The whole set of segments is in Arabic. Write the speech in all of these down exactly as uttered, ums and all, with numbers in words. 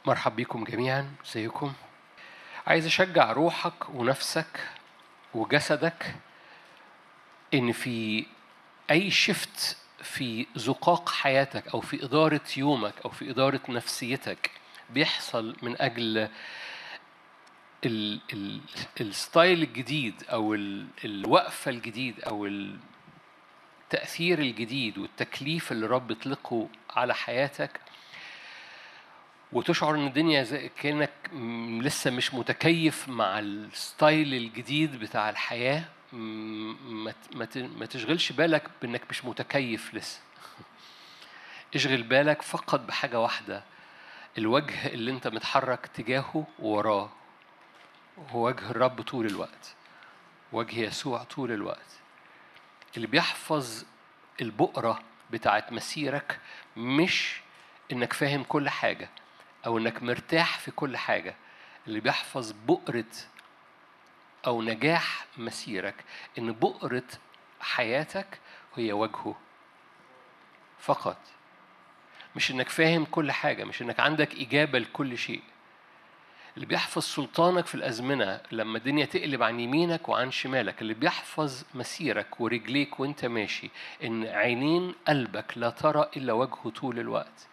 مرحب بكم جميعا. ازيكم؟ عايز اشجع روحك ونفسك وجسدك ان في اي شفت في زقاق حياتك او في اداره يومك او في اداره نفسيتك بيحصل من اجل ال ال الستايل الجديد او ال الوقفه الجديد او التاثير الجديد والتكليف اللي رب يطلقه على حياتك، وتشعر ان الدنيا زي كأنك لسه مش متكيف مع الستايل الجديد بتاع الحياة. ما تشغلش بالك بانك مش متكيف لسه. اشغل بالك فقط بحاجة واحدة، الوجه اللي انت متحرك تجاهه ووراه هو وجه الرب طول الوقت، وجه يسوع طول الوقت اللي بيحفظ البؤرة بتاعت مسيرك. مش انك فاهم كل حاجة أو إنك مرتاح في كل حاجة، اللي بيحفظ بؤرة أو نجاح مسيرك إن بؤرة حياتك هي وجهه فقط. مش إنك فاهم كل حاجة، مش إنك عندك إجابة لكل شيء. اللي بيحفظ سلطانك في الأزمنة لما الدنيا تقلب عن يمينك وعن شمالك، اللي بيحفظ مسيرك ورجليك وانت ماشي، إن عينين قلبك لا ترى إلا وجهه طول الوقت.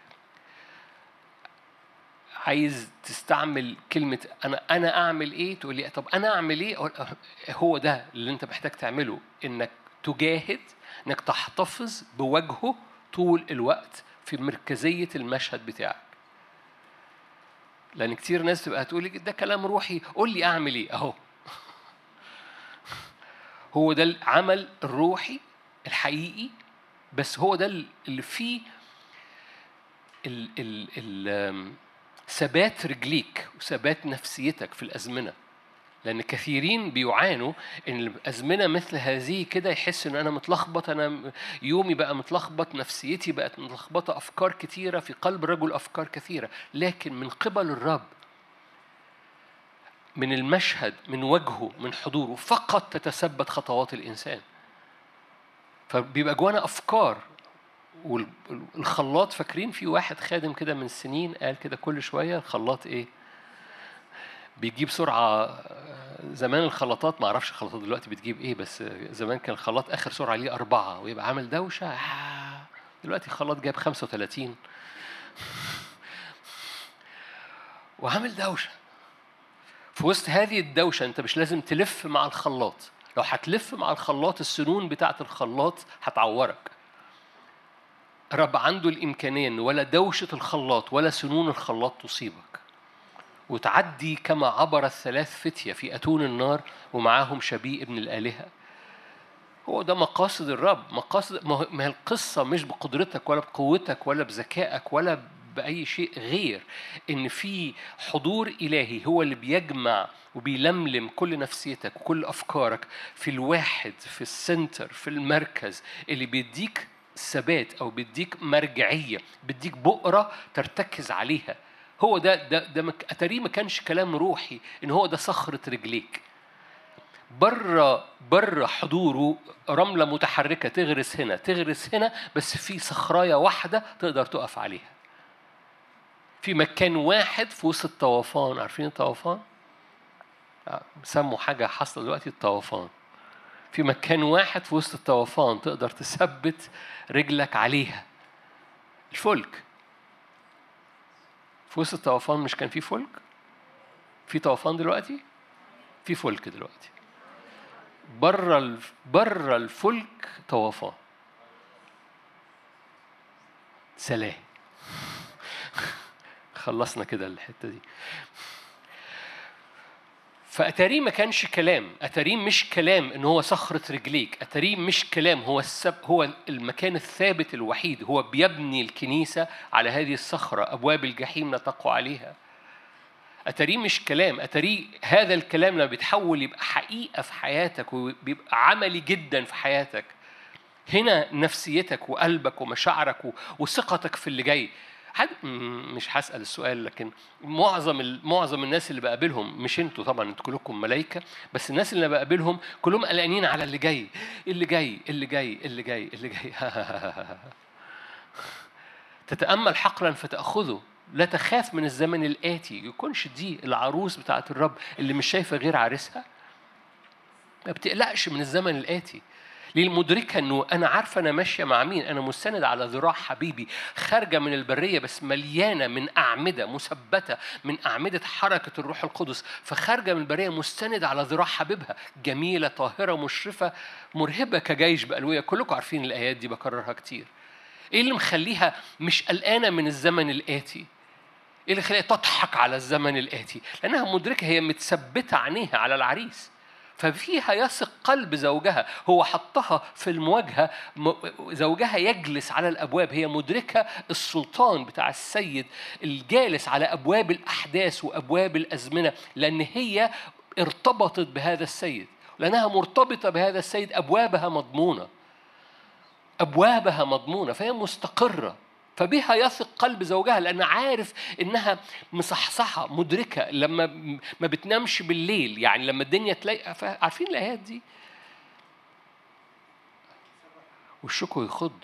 عايز تستعمل كلمة أنا أنا أعمل إيه؟ تقول لي طب أنا أعمل إيه؟ هو ده اللي أنت محتاج تعمله، إنك تجاهد، إنك تحتفظ بوجهه طول الوقت في مركزية المشهد بتاعك. لأن كتير ناس تبقى تقول لي ده كلام روحي، قول لي أعمل إيه؟ أهو هو ده العمل الروحي الحقيقي، بس هو ده اللي فيه ال ال ال ثبات رجليك وثبات نفسيتك في الأزمنة. لأن كثيرين بيعانوا إن الأزمنة مثل هذه كده يحس إن أنا متلخبط، أنا يومي بقى متلخبط، نفسيتي بقت متلخبطة، أفكار كثيرة في قلب رجل، أفكار كثيرة. لكن من قبل الرب، من المشهد، من وجهه، من حضوره فقط تتثبت خطوات الإنسان. فبيبقى جوانا أفكار. والخلاط، فاكرين في واحد خادم كده من سنين قال كده كل شوية الخلاط إيه؟ بيجيب سرعة. زمان الخلاطات، ما أعرفش الخلاطات دلوقتي بتجيب إيه، بس زمان كان الخلاط آخر سرعة ليه أربعة ويبقى عامل دوشة. دلوقتي الخلاط جاب خمسة وثلاثين وعامل دوشة. في وسط هذه الدوشة أنت مش لازم تلف مع الخلاط. لو هتلف مع الخلاط السنون بتاعة الخلاط هتعورك. رب عنده الإمكانية أن ولا دوشة الخلاط ولا سنون الخلاط تصيبك، وتعدي كما عبر الثلاث فتية في أتون النار ومعاهم شبيه ابن الآلهة. هو ده مقاصد الرب. مقاصد ما هي القصة مش بقدرتك ولا بقوتك ولا بذكائك ولا بأي شيء غير إن في حضور إلهي هو اللي بيجمع وبيلملم كل نفسيتك وكل أفكارك في الواحد، في السنتر، في المركز اللي بيديك ثبات أو بيديك مرجعية، بيديك بؤرة ترتكز عليها. هو ده ده ده أتاريه ما كانش كلام روحي، إن هو ده صخرة رجليك. بره بره حضوره رملة متحركة تغرس هنا تغرس هنا، بس في صخراية واحدة تقدر تقف عليها في مكان واحد في وسط الطوفان. عارفين الطوفان؟ سموا حاجة حصل دلوقتي الطوفان. في مكان واحد في وسط الطوفان تقدر تثبت رجلك عليها، الفلك. في وسط الطوفان مش كان في فلك؟ في طوفان دلوقتي؟ في فلك دلوقتي. بره بره الفلك طوفان. سلام. خلصنا كده الحتة دي. فأتاريه ما كانش كلام. أتاريه مش كلام إن هو صخرة رجليك. أتاريه مش كلام. هو السب هو المكان الثابت الوحيد. هو بيبني الكنيسة على هذه الصخرة، أبواب الجحيم لا تقوى عليها. أتاريه مش كلام. أتاريه هذا الكلام لما بيتحول يبقى حقيقة في حياتك وبيبقى عملي جدا في حياتك. هنا نفسيتك وقلبك ومشاعرك وثقتك في اللي جاي. حد مش هسأل السؤال، لكن معظم معظم الناس اللي بقابلهم، مش انتوا طبعا، انتوا كلكم ملايكة، بس الناس اللي بقابلهم كلهم قلقانين على اللي جاي اللي جاي اللي جاي اللي جاي اللي جاي. تتأمل حقلا فتأخذه. لا تخاف من الزمن الآتي. يكونش دي العروس بتاعت الرب اللي مش شايفة غير عريسها؟ ما بتقلقش من الزمن الآتي. ليه؟ المدركة أنه أنا عارفة أنا ماشية مع مين. أنا مستند على ذراع حبيبي، خارجة من البرية بس مليانة من أعمدة مثبتة من أعمدة حركة الروح القدس. فخارجة من البرية مستند على ذراع حبيبها، جميلة طاهرة مشرفة مرهبة كجيش بألوية. كلكم عارفين الآيات دي، بكررها كتير. إيه اللي مخليها مش قلقانة من الزمن الآتي؟ إيه اللي خليها تضحك على الزمن الآتي؟ لأنها مدركة، هي متثبتة عينيها على العريس. ففيها يثق قلب زوجها. هو حطها في المواجهة، زوجها يجلس على الأبواب. هي مدركة السلطان بتاع السيد الجالس على أبواب الأحداث وأبواب الأزمنة، لأن هي ارتبطت بهذا السيد. لأنها مرتبطة بهذا السيد أبوابها مضمونة، أبوابها مضمونة، فهي مستقرة. فبها يثق قلب زوجها، لأن عارف إنها مصحصحة مدركة لما ما بتنامش بالليل. يعني لما الدنيا تلاقي، عارفين الآيات دي؟ والشكو يخض.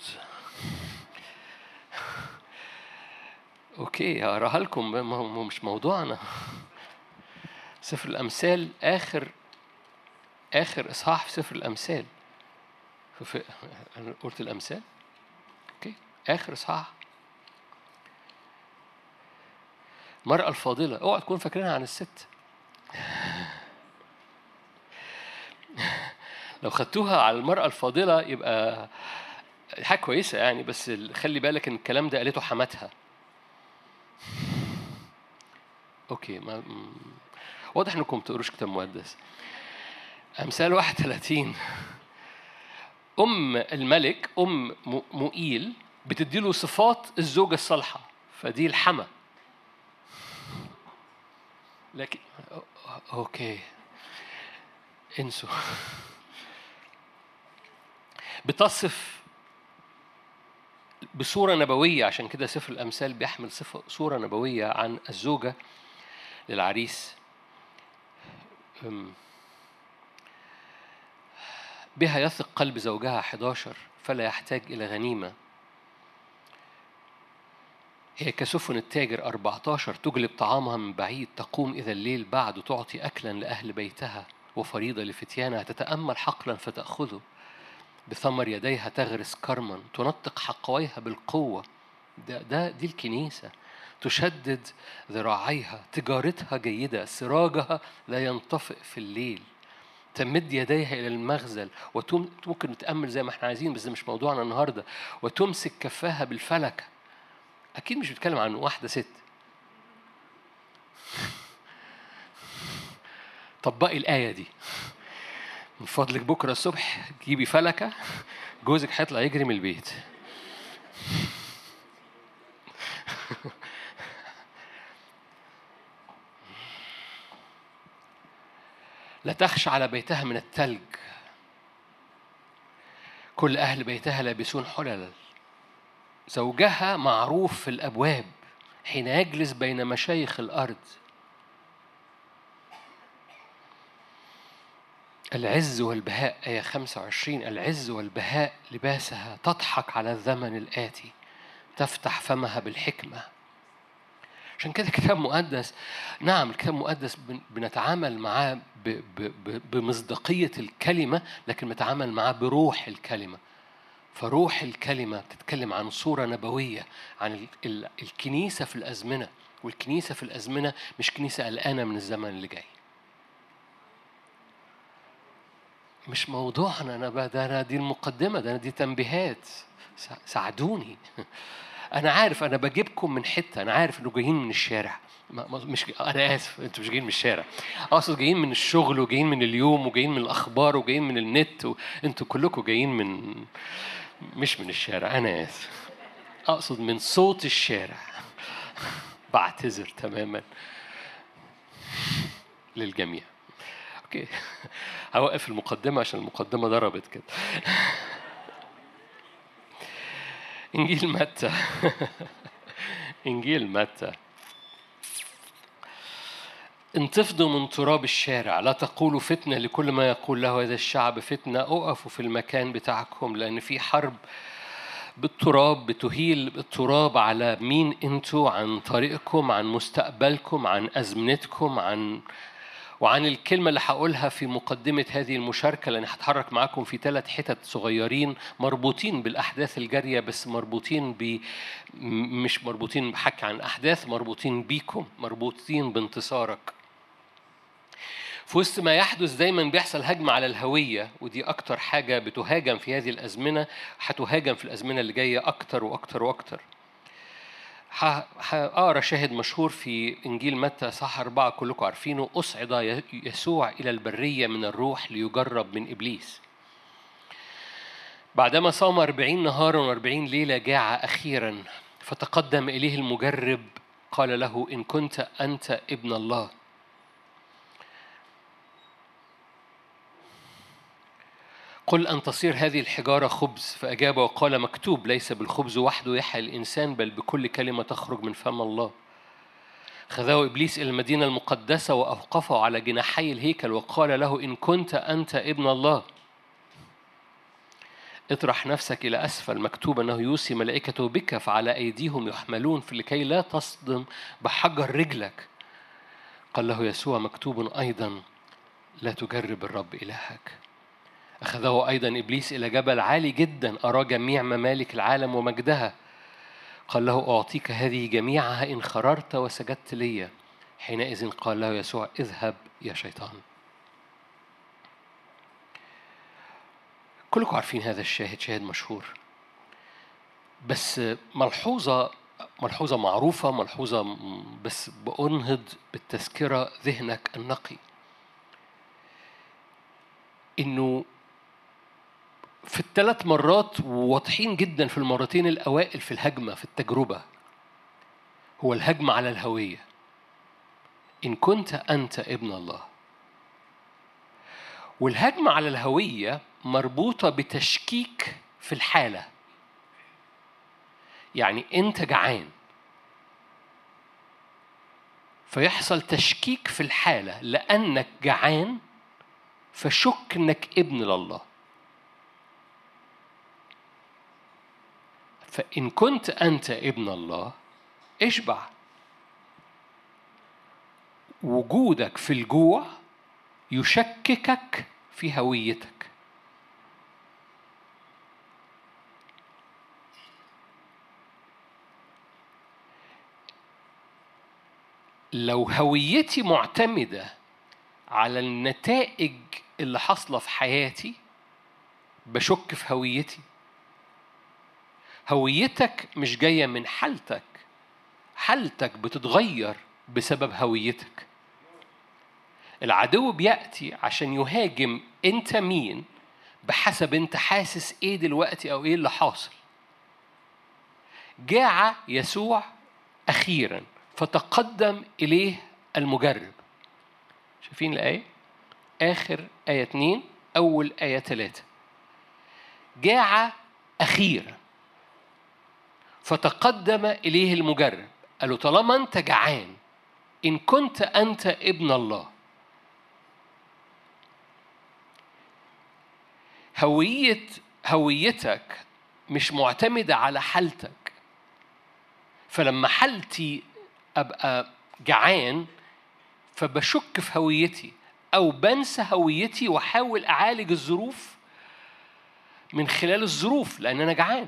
أوكي هقراها لكم، مش موضوعنا. سفر الأمثال، آخر آخر إصحاح في سفر الأمثال. في أنا قلت الأمثال؟ أوكي آخر إصحاح. المرأة الفاضلة، اوعى تكون فاكرينها عن الست. لو خدتوها على المرأة الفاضلة يبقى حاجة كويسة يعني، بس خلي بالك إن الكلام ده قالته حماتها. أوكي، ما واضح إنكم تقروش كتاب مقدس. أمثال واحد وثلاثين. أم الملك، أم مؤيل، بتديله صفات الزوجة الصالحة، فدي الحما. لكن أوكي انسوا. بتصف بصورة نبوية، عشان كده سفر الأمثال بيحمل صفة صورة نبوية عن الزوجة للعريس. بها يثق قلب زوجها أحد عشر، فلا يحتاج إلى غنيمة. هي كسفن التاجر أربعة عشر، تجلب طعامها من بعيد، تقوم إذا الليل بعد تعطي أكلا لأهل بيتها وفريضة لفتيانها. تتأمل حقلا فتأخذه، بثمر يديها تغرس كرما، تنطق حقويها بالقوة. ده, ده دي الكنيسة. تشدد ذراعيها، تجارتها جيدة، سراجها لا ينطفئ في الليل. تمد يديها إلى المغزل، وممكن نتأمل زي ما احنا عايزين بس ده مش موضوعنا النهاردة. وتمسك كفاها بالفلكة. أكيد مش بتكلم عن واحدة ست. طبقي الآية دي من فضلك. بكرة الصبح جيبي فلكة، جوزك هيطلع يجري من البيت. لا تخشى على بيتها من التلج، كل أهل بيتها لابسون حلل. زوجها معروف في الأبواب حين يجلس بين مشايخ الأرض. العز والبهاء، آية خمسة وعشرين، العز والبهاء لباسها، تضحك على الزمن الآتي، تفتح فمها بالحكمة. عشان كده الكتاب المقدس، نعم الكتاب المقدس بنتعامل معاه بمصداقية الكلمة، لكن بنتعامل معاه بروح الكلمة. فروح الكلمة بتتكلم عن صورة نبوية عن الكنيسة في الأزمنة. والكنيسة في الأزمنة مش كنيسة قلقانة من الزمن اللي جاي. مش موضوعنا. أنا ده أنا دي المقدمة، ده أنا دي تنبيهات، ساعدوني. أنا عارف أنا بجيبكم من حتة، أنا عارف إنه جايين من الشارع. مش أنا آسف، أنتوا مش جايين من الشارع، أقصد جايين من الشغل وجايين من اليوم وجايين من الأخبار وجايين من النت، وأنتوا كلكم جايين من مش من الشارع. أنا آسف، أقصد من صوت الشارع. بعتذر تماما للجميع. أوكي، هوقف المقدمة عشان المقدمة ضربت كده. إنجيل متى. إنجيل متى. انتفضوا من تراب الشارع، لا تقولوا فتنة لكل ما يقول له هذا الشعب فتنة. أقفوا في المكان بتاعكم، لأن في حرب بالتراب، بتهيل التراب على مين انتوا، عن طريقكم، عن مستقبلكم، عن أزمنتكم، عن وعن الكلمة اللي هقولها في مقدمة هذه المشاركة، لأن هتحرك معاكم في ثلاث حتت صغيرين مربوطين بالأحداث الجارية، بس مربوطين ب مش مربوطين بحكي عن أحداث، مربوطين بيكم، مربوطين بانتصارك. في وسط ما يحدث دايما بيحصل هجمة على الهوية، ودي أكتر حاجة بتهاجم في هذه الأزمنة، هتهاجم في الأزمنة اللي جاية أكتر وأكتر وأكتر. هقرأ شاهد مشهور في إنجيل متى صح أربعة كلكم عارفينه. أصعد يسوع إلى البرية من الروح ليجرب من إبليس. بعدما صام أربعين نهارا وأربعين ليلة جاع أخيرا، فتقدم إليه المجرب قال له: إن كنت أنت ابن الله قل أن تصير هذه الحجارة خبز. فأجاب وقال: مكتوب ليس بالخبز وحده يحيى الإنسان بل بكل كلمة تخرج من فم الله. خذه إبليس إلى المدينة المقدسة وأوقفه على جناحي الهيكل وقال له: إن كنت أنت ابن الله اطرح نفسك إلى أسفل، مكتوب أنه يوصي ملائكته بك فعلى أيديهم يحملون لكي لا تصدم بحجر رجلك. قال له يسوع: مكتوب أيضا لا تجرب الرب إلهك. أخذه أيضا إبليس إلى جبل عالي جدا أرى جميع ممالك العالم ومجدها. قال له: أعطيك هذه جميعها إن خررت وسجدت لي. حينئذ قال له يسوع: اذهب يا شيطان. كلكم عارفين هذا الشاهد، شاهد مشهور، بس ملحوظة ملحوظة معروفة، ملحوظة بس بأنهض بالتذكرة ذهنك النقي، إنه في الثلاث مرات واضحين جدا في المرتين الأوائل في الهجمة في التجربة، هو الهجمة على الهوية. إن كنت أنت ابن الله. والهجمة على الهوية مربوطة بتشكيك في الحالة. يعني أنت جعان فيحصل تشكيك في الحالة لأنك جعان، فشك أنك ابن لله. فإن كنت أنت ابن الله اشبع. وجودك في الجوع يشككك في هويتك. لو هويتي معتمدة على النتائج اللي حصلة في حياتي بشك في هويتي. هويتك مش جاية من حالتك، حالتك بتتغير بسبب هويتك. العدو بيأتي عشان يهاجم انت مين بحسب انت حاسس ايه دلوقتي او ايه اللي حاصل. جاع يسوع أخيرا فتقدم إليه المجرب. شايفين الآية؟ آخر آية اتنين أول آية ثلاثة. جاع أخيرا فتقدم إليه المجرب قال له: طالما أنت جعان، إن كنت أنت ابن الله. هوية هويتك مش معتمدة على حالتك. فلما حالتي أبقى جعان فبشك في هويتي أو بنسى هويتي وحاول أعالج الظروف من خلال الظروف لأن أنا جعان.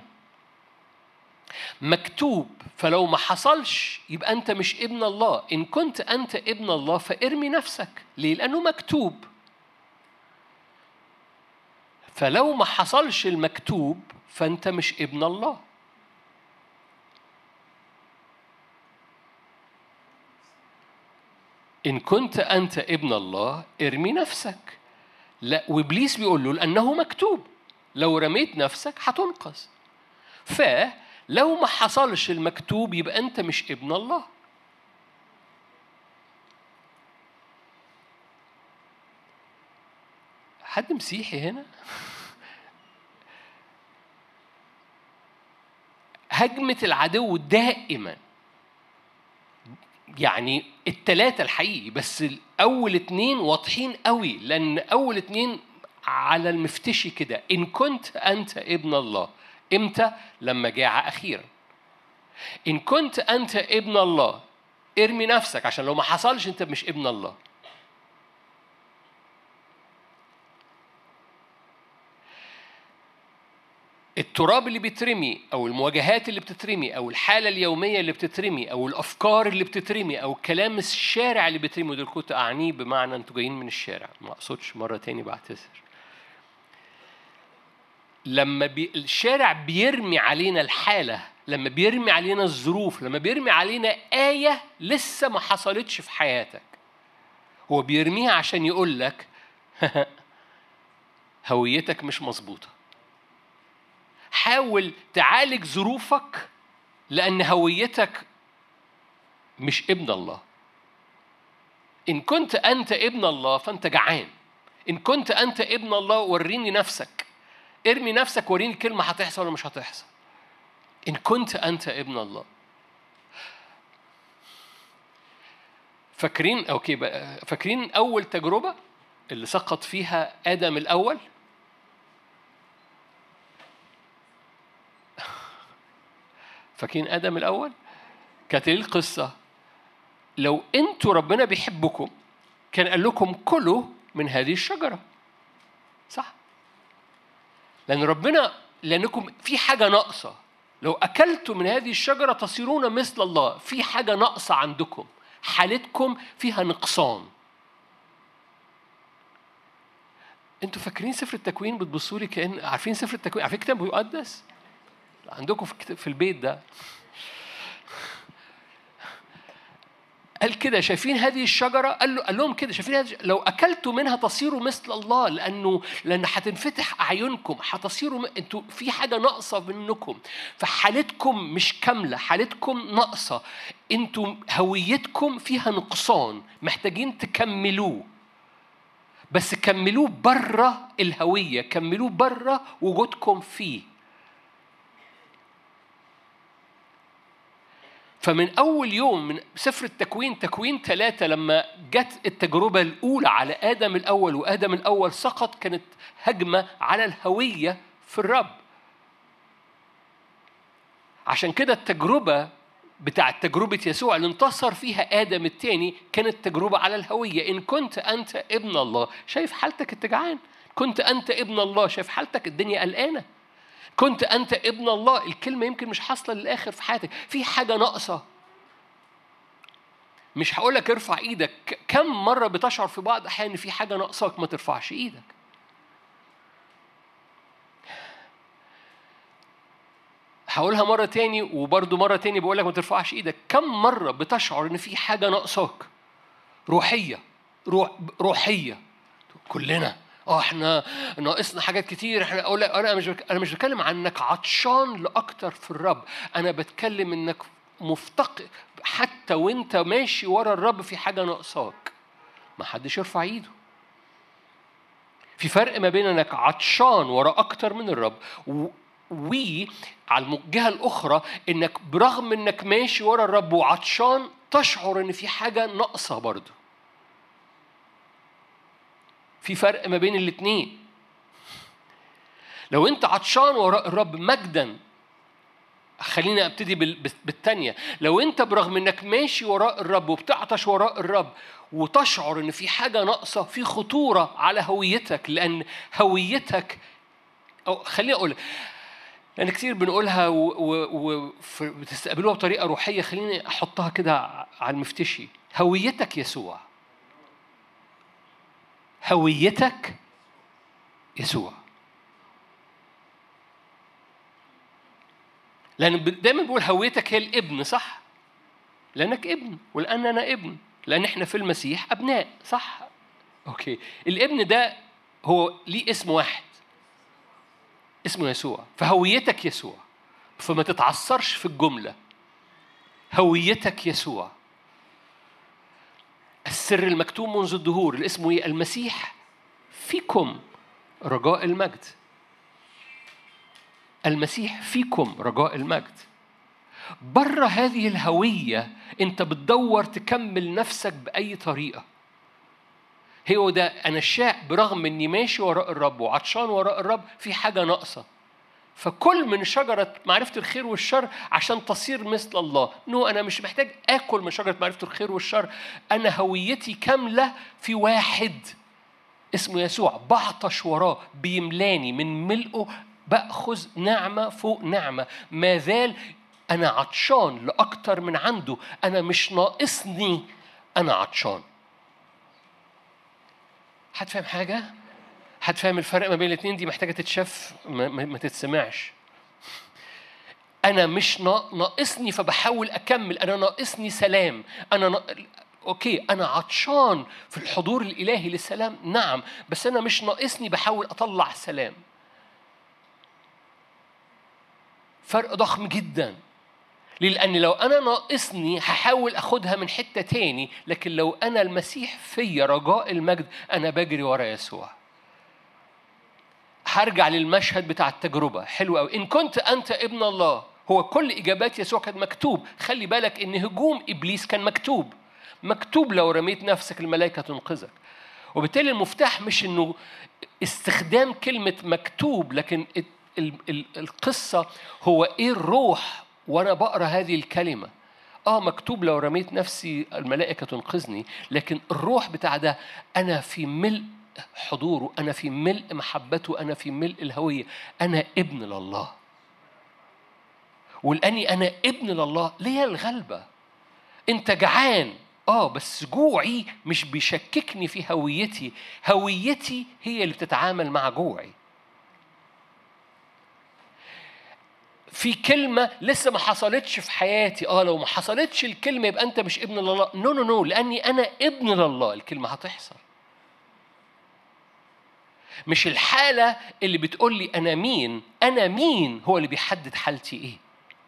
مكتوب، فلو ما حصلش يبقى أنت مش ابن الله. إن كنت أنت ابن الله فارمي نفسك. ليه؟ لأنه مكتوب. فلو ما حصلش المكتوب فأنت مش ابن الله. إن كنت أنت ابن الله ارمي نفسك. لا، وإبليس بيقول له لأنه مكتوب لو رميت نفسك هتنقذ. فلو ما حصلش المكتوب يبقى أنت مش ابن الله. حد مسيحي هنا؟ هجمة العدو دائما، يعني التلاتة الحقيقي، بس الأول اتنين واضحين قوي لأن أول اتنين على المفتشي كده. إن كنت أنت ابن الله إمتى؟ لما جاع أخيرا. إن كنت أنت ابن الله ارمي نفسك، عشان لو ما حصلش أنت مش ابن الله. التراب اللي بيترمي أو المواجهات اللي بتترمي أو الحالة اليومية اللي بتترمي أو الأفكار اللي بتترمي أو كلام الشارع اللي بيترمي، ودول كنت أعنيه بمعنى أنتوا جايين من الشارع، ما أقصدش مرة تاني بعتذر. لما بي الشارع بيرمي علينا الحالة، لما بيرمي علينا الظروف، لما بيرمي علينا آية لسه ما حصلتش في حياتك، هو بيرميها عشان يقول لك هويتك مش مظبوطة. حاول تعالج ظروفك لأن هويتك مش ابن الله. إن كنت أنت ابن الله فأنت جعان. إن كنت أنت ابن الله وريني نفسك، ارمي نفسك وريني الكلمة هتحصل ولا مش هتحصل. إن كنت أنت ابن الله. فاكرين أوكي بقى، فاكرين أول تجربة اللي سقط فيها آدم الأول؟ فاكرين آدم الأول؟ كانت ايه القصة؟ لو أنتوا ربنا بيحبكم كان قال لكم كلوا من هذه الشجرة، صح؟ لأن ربنا لأنكم في حاجة ناقصة. لو أكلتوا من هذه الشجرة تصيرون مثل الله. في حاجة ناقصة عندكم، حالتكم فيها نقصان. أنتوا فاكرين سفر التكوين؟ بتبصوا لي كأن عارفين سفر التكوين، عارفين كتاب مقدس عندكم في البيت ده. قال كده شايفين هذه الشجرة؟ قال له قال لهم كده شايفين هذه، لو أكلتوا منها تصيروا مثل الله، لأنه لأن هتنفتح أعينكم، هتصيروا م... أنتوا في حاجة ناقصة منكم، فحالتكم مش كاملة، حالتكم ناقصة، أنتوا هويتكم فيها نقصان، محتاجين تكملوه. بس كملوه بره الهوية، كملوه بره وجودكم فيه. فمن أول يوم من سفر التكوين، تكوين ثلاثة، لما جت التجربة الأولى على آدم الأول وآدم الأول سقط، كانت هجمة على الهوية في الرب. عشان كده التجربة بتاعت تجربة يسوع اللي انتصر فيها آدم الثاني كانت تجربة على الهوية. إن كنت أنت ابن الله، شايف حالتك التجعان. كنت أنت ابن الله، شايف حالتك الدنيا قلقانة. كنت أنت ابن الله، الكلمة يمكن مش حاصلة للآخر في حياتك، في حاجة ناقصة. مش هقولك ارفع ايدك، كم مرة بتشعر في بعض أحيان في حاجة ناقصاك ما ترفعش ايدك. هقولها مرة تاني وبرضو مرة تاني بقولك ما ترفعش ايدك. كم مرة بتشعر ان في حاجة ناقصاك روحية، روح روحية كلنا اه احنا ناقصنا حاجات كتير. احنا اقول انا مش انا مش بتكلم عن انك عطشان لاكتر في الرب، انا بتكلم انك مفتقد حتى وانت ماشي ورا الرب في حاجه ناقصاك. ما حدش يرفع ايده. في فرق ما بين انك عطشان ورا اكتر من الرب وعلى الجهه الاخرى انك برغم انك ماشي ورا الرب وعطشان تشعر ان في حاجه ناقصه برضه. في فرق ما بين الاثنين. لو انت عطشان وراء الرب مجدا، خلينا ابتدي بالتانية. لو انت برغم انك ماشي وراء الرب وبتعطش وراء الرب وتشعر ان في حاجة ناقصة، في خطورة على هويتك، لان هويتك او خليني اقول لان كتير بنقولها وبتستقبلوها بطريقة روحية. خليني احطها كده على المفتشي. هويتك يسوع. هويتك يسوع. لأن دايما بقول هويتك هي الابن، صح؟ لأنك ابن، ولأن أنا ابن، لأن إحنا في المسيح أبناء، صح؟ أوكي. الابن ده هو ليه اسم واحد، اسمه يسوع. فهويتك يسوع، فما تتعثرش في الجملة. هويتك يسوع. السر المكتوم منذ الدهور اللي اسمه إيه؟ المسيح فيكم رجاء المجد. المسيح فيكم رجاء المجد. بره هذه الهوية أنت بتدور تكمل نفسك بأي طريقة. هو ده أنا الشاء، برغم أني ماشي وراء الرب وعطشان وراء الرب، في حاجة ناقصة، فكل من شجرة معرفة الخير والشر عشان تصير مثل الله. نو أنا مش محتاج آكل من شجرة معرفة الخير والشر. أنا هويتي كاملة في واحد اسمه يسوع، بعطش وراه بيملاني من ملئه، بأخذ نعمة فوق نعمة. ما زال أنا عطشان لأكتر من عنده، أنا مش ناقصني، أنا عطشان. حد فاهم حاجة؟ حد فاهم الفرق ما بين الاثنين؟ دي محتاجة تتشاف، ما, ما تتسمعش. أنا مش ناقصني فبحاول أكمل، أنا ناقصني سلام، أنا نا... أوكي أنا عطشان في الحضور الإلهي للسلام، نعم، بس أنا مش ناقصني بحاول أطلع سلام. فرق ضخم جدا. لأن لو أنا ناقصني هحاول أخدها من حتة تاني، لكن لو أنا المسيح في رجاء المجد أنا بجري ورا يسوع. هرجع للمشهد بتاع التجربة، حلو قوي. إن كنت أنت ابن الله، هو كل إجابات يسوع كانت مكتوب. خلي بالك إن هجوم إبليس كان مكتوب، مكتوب لو رميت نفسك الملائكة تنقذك. وبالتالي المفتاح مش إنه استخدام كلمة مكتوب، لكن القصة هو إيه الروح وأنا بقرأ هذه الكلمة. آه مكتوب لو رميت نفسي الملائكة تنقذني، لكن الروح بتاع ده أنا في ملء حضوره، أنا في ملء محبته، أنا في ملء الهوية، أنا ابن لله. ولأني أنا ابن لله ليه الغلبة. أنت جعان، آه بس جوعي مش بيشككني في هويتي، هويتي هي اللي بتتعامل مع جوعي. في كلمة لسه ما حصلتش في حياتي، آه لو ما حصلتش الكلمة يبقى أنت مش ابن لله. نو نو نو، لأني أنا ابن لله الكلمة هتحصل. مش الحالة اللي بتقول لي أنا مين، أنا مين هو اللي بيحدد حالتي إيه.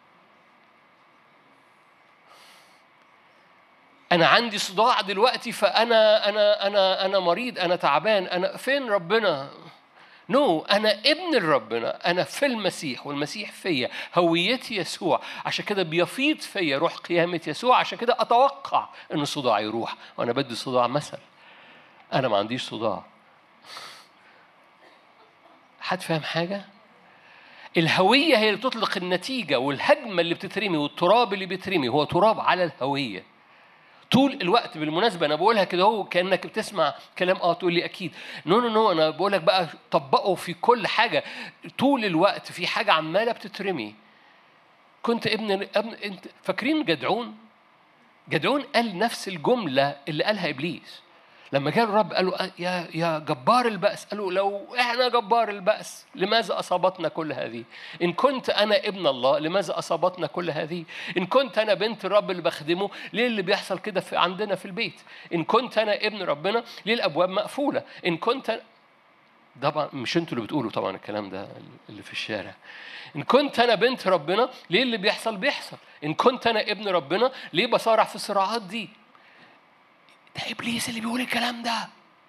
أنا عندي صداع دلوقتي فأنا أنا أنا أنا مريض، أنا تعبان، أنا فين ربنا؟ نو no. أنا ابن ربنا، أنا في المسيح والمسيح فيا، هويتي يسوع. عشان كده بيفيض فيا روح قيامة يسوع. عشان كده أتوقع إن الصداع يروح. وأنا بدي صداع مثل، أنا ما عنديش صداع. حد فاهم حاجة؟ الهوية هي اللي تطلق النتيجة، والهجمة اللي بتترمي والتراب اللي بيترمي هو تراب على الهوية طول الوقت. بالمناسبة أنا بقولها كده هو كأنك بتسمع كلام آه تقول لي أكيد. نو نو نو أنا بقولك بقى طبقه في كل حاجة. طول الوقت في حاجة عمالة بتترمي. كنت ابن ابن انت فاكرين جدعون؟ جدعون قال نفس الجملة اللي قالها إبليس لما جاء الرب. قالوا يا يا جبار البأس. قالوا لو إحنا جبار البأس لماذا أصابتنا كل هذه؟ إن كنت أنا ابن الله لماذا أصابتنا كل هذه؟ إن كنت أنا بنت الرب اللي بخدمه ليه اللي بيحصل كده في عندنا في البيت؟ إن كنت أنا ابن ربنا ليه الأبواب مقفولة؟ إن كنت طبعا مش انتوا اللي بتقولوا طبعا الكلام ده اللي في الشارع. إن كنت أنا بنت ربنا ليه اللي بيحصل بيحصل؟ إن كنت أنا ابن ربنا ليه بصارع في الصراعات دي؟ ده إبليس اللي بيقول الكلام ده.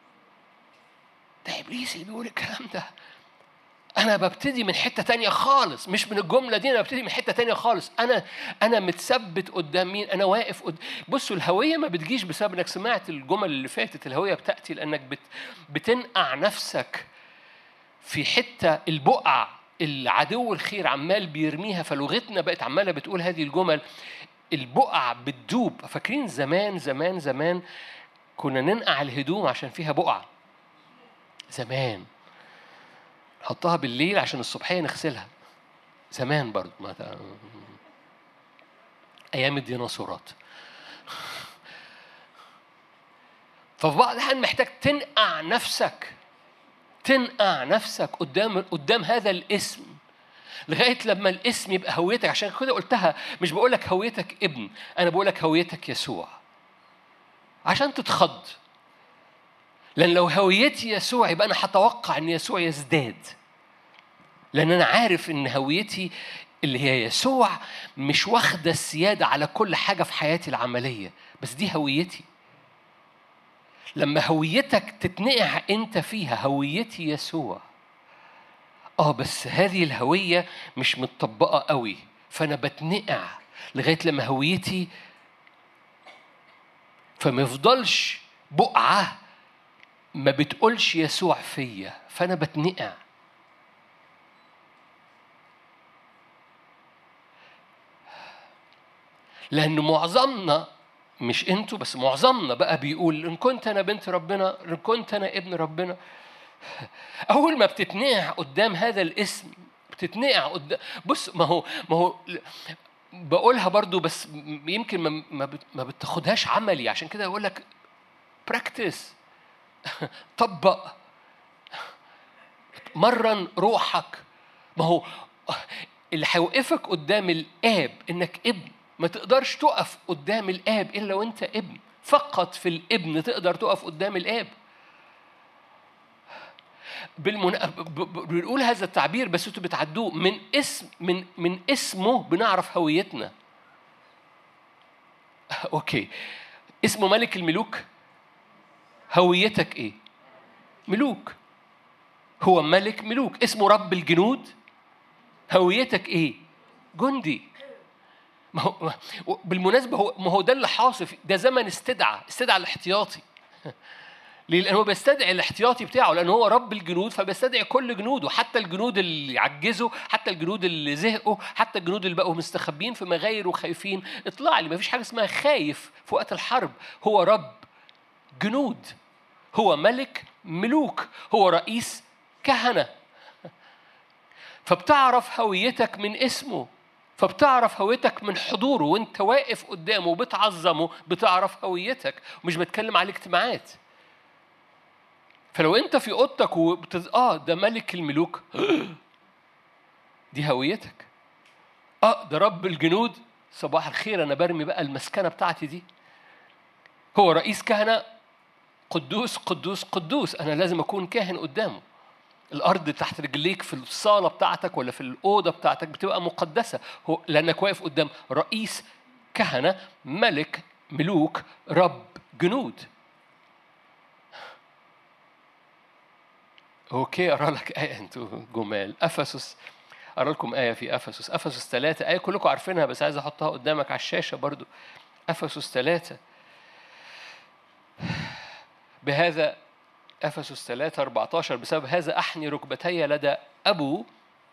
ده إبليس اللي بيقول الكلام ده. أنا ببتدي من حتة تانية خالص، مش من الجملة دي. أنا ببتدي من حتة تانية خالص. أنا أنا متثبت قدام مين؟ أنا واقف قد... بصوا الهوية ما بتجيش بسبب إنك سمعت الجمل اللي فاتت. الهوية بتأتي لأنك بت... بتنقع نفسك في حتة البقع العدو الخير عمال بيرميها. فلغتنا بقت عمالة بتقول هذه الجمل. البقع بتدوب. فاكرين زمان زمان زمان كنا ننقع الهدوم عشان فيها بقع. زمان نحطها بالليل عشان الصبحية نغسلها. زمان برضو ما ت... أيام الديناصورات. ففي بعض الأحيان محتاج تنقع نفسك، تنقع نفسك قدام قدام هذا الاسم لغاية لما الاسم يبقى هويتك. عشان كده قلتها مش بقولك هويتك ابن، أنا بقولك هويتك يسوع عشان تتخض. لأن لو هويتي يسوع يبقى أنا هتوقع أن يسوع يزداد. لأن أنا عارف أن هويتي اللي هي يسوع مش واخدة السيادة على كل حاجة في حياتي العملية، بس دي هويتي. لما هويتك تتنقع أنت فيها هويتي يسوع. آه بس هذه الهوية مش متطبقة قوي، فأنا بتنقع لغاية لما هويتي فما يفضلش بقعة ما بتقولش يسوع فيا، فأنا بتنقع. لأن معظمنا، مش انتوا بس، معظمنا بقى بيقول إن كنت أنا بنت ربنا، إن كنت أنا ابن ربنا. أول ما بتتنقع قدام هذا الاسم، بتتنقع قدام. بص، ما هو ما هو بقولها برضو، بس يمكن ما ما ما بتاخدهاش عملي، عشان كده أقول لك براكتس، طبق، مرن روحك. ما هو اللي هيوقفك قدام الآب إنك ابن. ما تقدرش تقف قدام الآب إلا وأنت ابن. فقط في الابن تقدر تقف قدام الآب. بالمن... بنقول هذا التعبير بس انتوا بتعدوه. من اسم من من اسمه بنعرف هويتنا. اوكي، اسمه ملك الملوك. هويتك ايه؟ ملوك. هو ملك ملوك. اسمه رب الجنود. هويتك ايه؟ جندي. ما هو بالمناسبة هو ما هو ده اللي حاصل. ده زمن استدعى استدعى الاحتياطي. ليه؟ لأنه بيستدعي الاحتياطي بتاعه، لأنه هو رب الجنود، فبيستدعي كل جنوده، حتى الجنود اللي عجزوا، حتى الجنود اللي زهقوا، حتى الجنود اللي بقوا مستخبين في مغاير وخايفين. اطلع لي، ما فيش حاجة اسمها خايف في وقت الحرب. هو رب جنود، هو ملك ملوك، هو رئيس كهنة. فبتعرف هويتك من اسمه، فبتعرف هويتك من حضوره. وانت واقف قدامه وبتعظمه بتعرف هويتك. مش بتكلم على الاجتماعات. فلو انت في اوضتك وبتز... اه ده ملك الملوك، دي هويتك. اه ده رب الجنود، صباح الخير، انا برمي بقى المسكنه بتاعتي دي. هو رئيس كهنه، قدوس قدوس قدوس، انا لازم اكون كاهن قدامه. الارض تحت رجليك في الصاله بتاعتك ولا في الاوضه بتاعتك بتبقى مقدسه، هو لانك واقف قدام رئيس كهنه، ملك ملوك، رب جنود. اوكي، ارى لك ايه انتوا جمال. افسس، ارى لكم ايه في افسس. افسس ثلاثة، ايه كلكم عارفينها بس عايز احطها قدامك على الشاشه برضو. افسس ثلاثة. بهذا افسس ثلاثة أربعة عشر، بسبب هذا احني ركبتي لدى ابو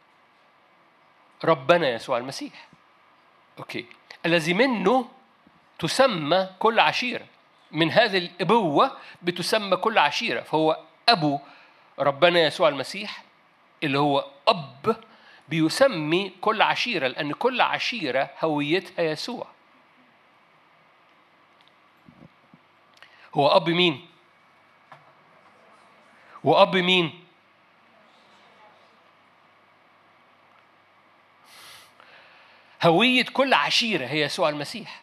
ربنا يسوع المسيح، اوكي، الذي منه تسمى كل عشيره. من هذه الابوه بتسمى كل عشيره. فهو ابو ربنا يسوع المسيح اللي هو اب بيسمي كل عشيرة، لأن كل عشيرة هويتها يسوع. هو أب مين؟ هو أب مين؟ هوية كل عشيرة هي يسوع المسيح.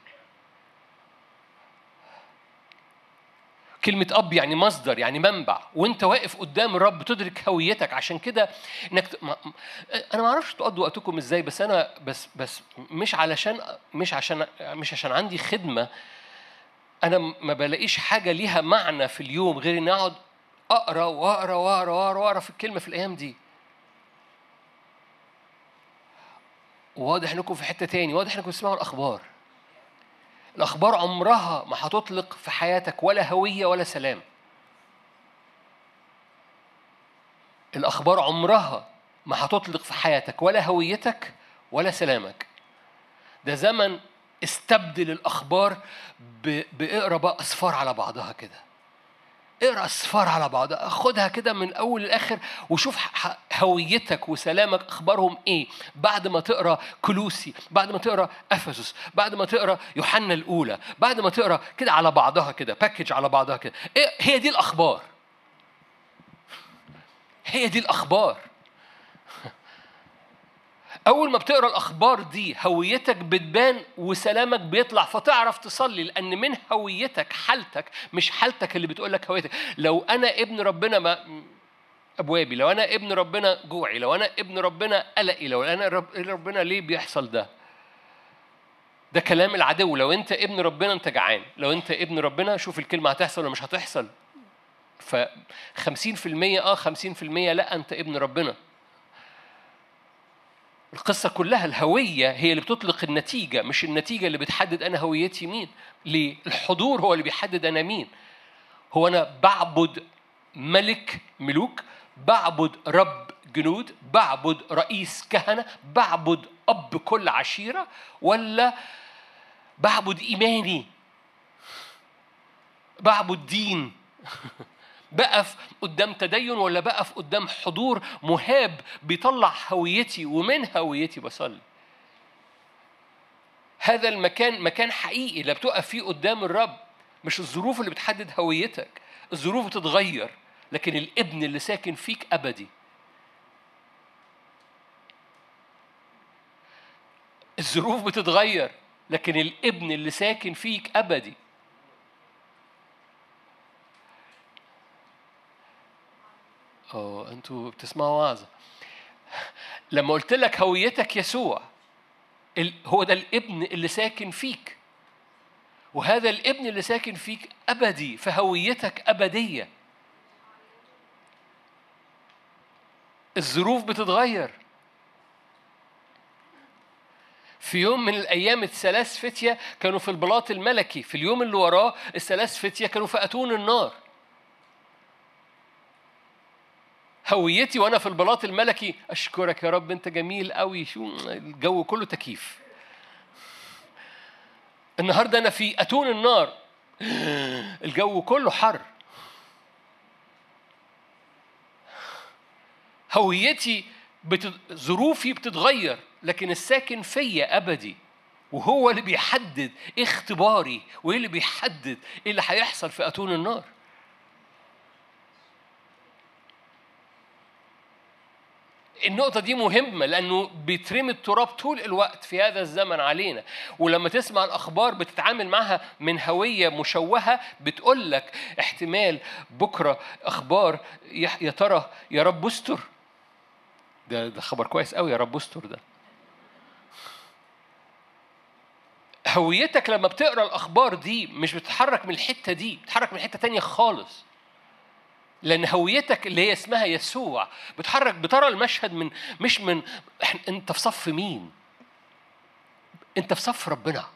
كلمة أب يعني مصدر، يعني منبع. وانت واقف قدام الرب تدرك هويتك. عشان كده انك ت... ما... انا ما اعرفش تقضوا وقتكم ازاي، بس انا بس بس مش علشان مش عشان مش عشان عندي خدمة. انا ما بلاقيش حاجة ليها معنى في اليوم غير اني اقعد اقرا واقرا واقرا واقرا واقرا في الكلمة في الايام دي. واضح انكم في حتة تاني، واضح انكم تسمعوا الاخبار. الأخبار عمرها ما هتطلق في حياتك ولا هوية ولا سلام. الأخبار عمرها ما هتطلق في حياتك ولا هويتك ولا سلامك. ده زمن استبدل الأخبار بإقرأ بقى أسفار على بعضها كده. اقرأ أسفار على بعضها، خدها كده من أول لآخر وشوف هويتك وسلامك أخبارهم إيه. بعد ما تقرأ كلوسي، بعد ما تقرأ أفسس، بعد ما تقرأ يوحنا الأولى، بعد ما تقرأ كده على بعضها كده، باكج على بعضها كده، إيه هي دي الأخبار. هي دي الأخبار. أول ما بتقرأ الأخبار دي هويتك بتبان وسلامك بيطلع، فتعرف تصلي. لأن من هويتك حالتك، مش حالتك اللي بتقولك هويتك. لو أنا ابن ربنا ما أبوابي، لو أنا ابن ربنا جوعي، لو أنا ابن ربنا قلقي، لو أنا رب ربنا ليه بيحصل ده؟ ده كلام العدو. لو أنت ابن ربنا أنت جعان، لو أنت ابن ربنا شوف الكلمة هتحصل ولا مش هتحصل. فخمسين في المية آه خمسين في المية لا، أنت ابن ربنا. القصة كلها الهوية هي اللي بتطلق النتيجة، مش النتيجة اللي بتحدد أنا هويتي مين. ليه؟ الحضور هو اللي بيحدد أنا مين. هو أنا بعبد ملك ملوك، بعبد رب جنود، بعبد رئيس كهنة، بعبد أب كل عشيرة، ولا بعبد إيماني، بعبد دين. بقف قدام تدين ولا بقف قدام حضور مهاب بيطلع هويتي، ومن هويتي بصلي. هذا المكان مكان حقيقي لا بتقف فيه قدام الرب. مش الظروف اللي بتحدد هويتك، الظروف بتتغير لكن الابن اللي ساكن فيك أبدي. الظروف بتتغير لكن الابن اللي ساكن فيك أبدي. أوه أنتوا بتسمعوا وعظة. لما قلت لك هويتك يسوع، هو ده الابن اللي ساكن فيك، وهذا الابن اللي ساكن فيك أبدي، فهويتك أبدية. الظروف بتتغير. في يوم من الأيام الثلاث فتية كانوا في البلاط الملكي، في اليوم اللي وراه الثلاث فتية كانوا في أتون النار. هويتي وأنا في البلاط الملكي، أشكرك يا رب أنت جميل قوي، شو الجو كله تكييف. النهاردة أنا في أتون النار، الجو كله حر. هويتي بتد... ظروفي بتتغير لكن الساكن فيا أبدي، وهو اللي بيحدد إيه اختباري وإيه اللي بيحدد إيه اللي هيحصل في أتون النار. النقطة دي مهمة لأنه بيترمي التراب طول الوقت في هذا الزمن علينا. ولما تسمع الأخبار بتتعامل معها من هوية مشوهة، بتقول لك احتمال بكرة أخبار يا ترى يا رب استر. ده ده خبر كويس قوي، يا رب استر. ده هويتك لما بتقرأ الأخبار دي مش بتتحرك من الحتة دي، بتتحرك من حتة تانية خالص. لأن هويتك اللي هي اسمها يسوع بتحرك، بترى المشهد من مش من أنت في صف مين، أنت في صف ربنا.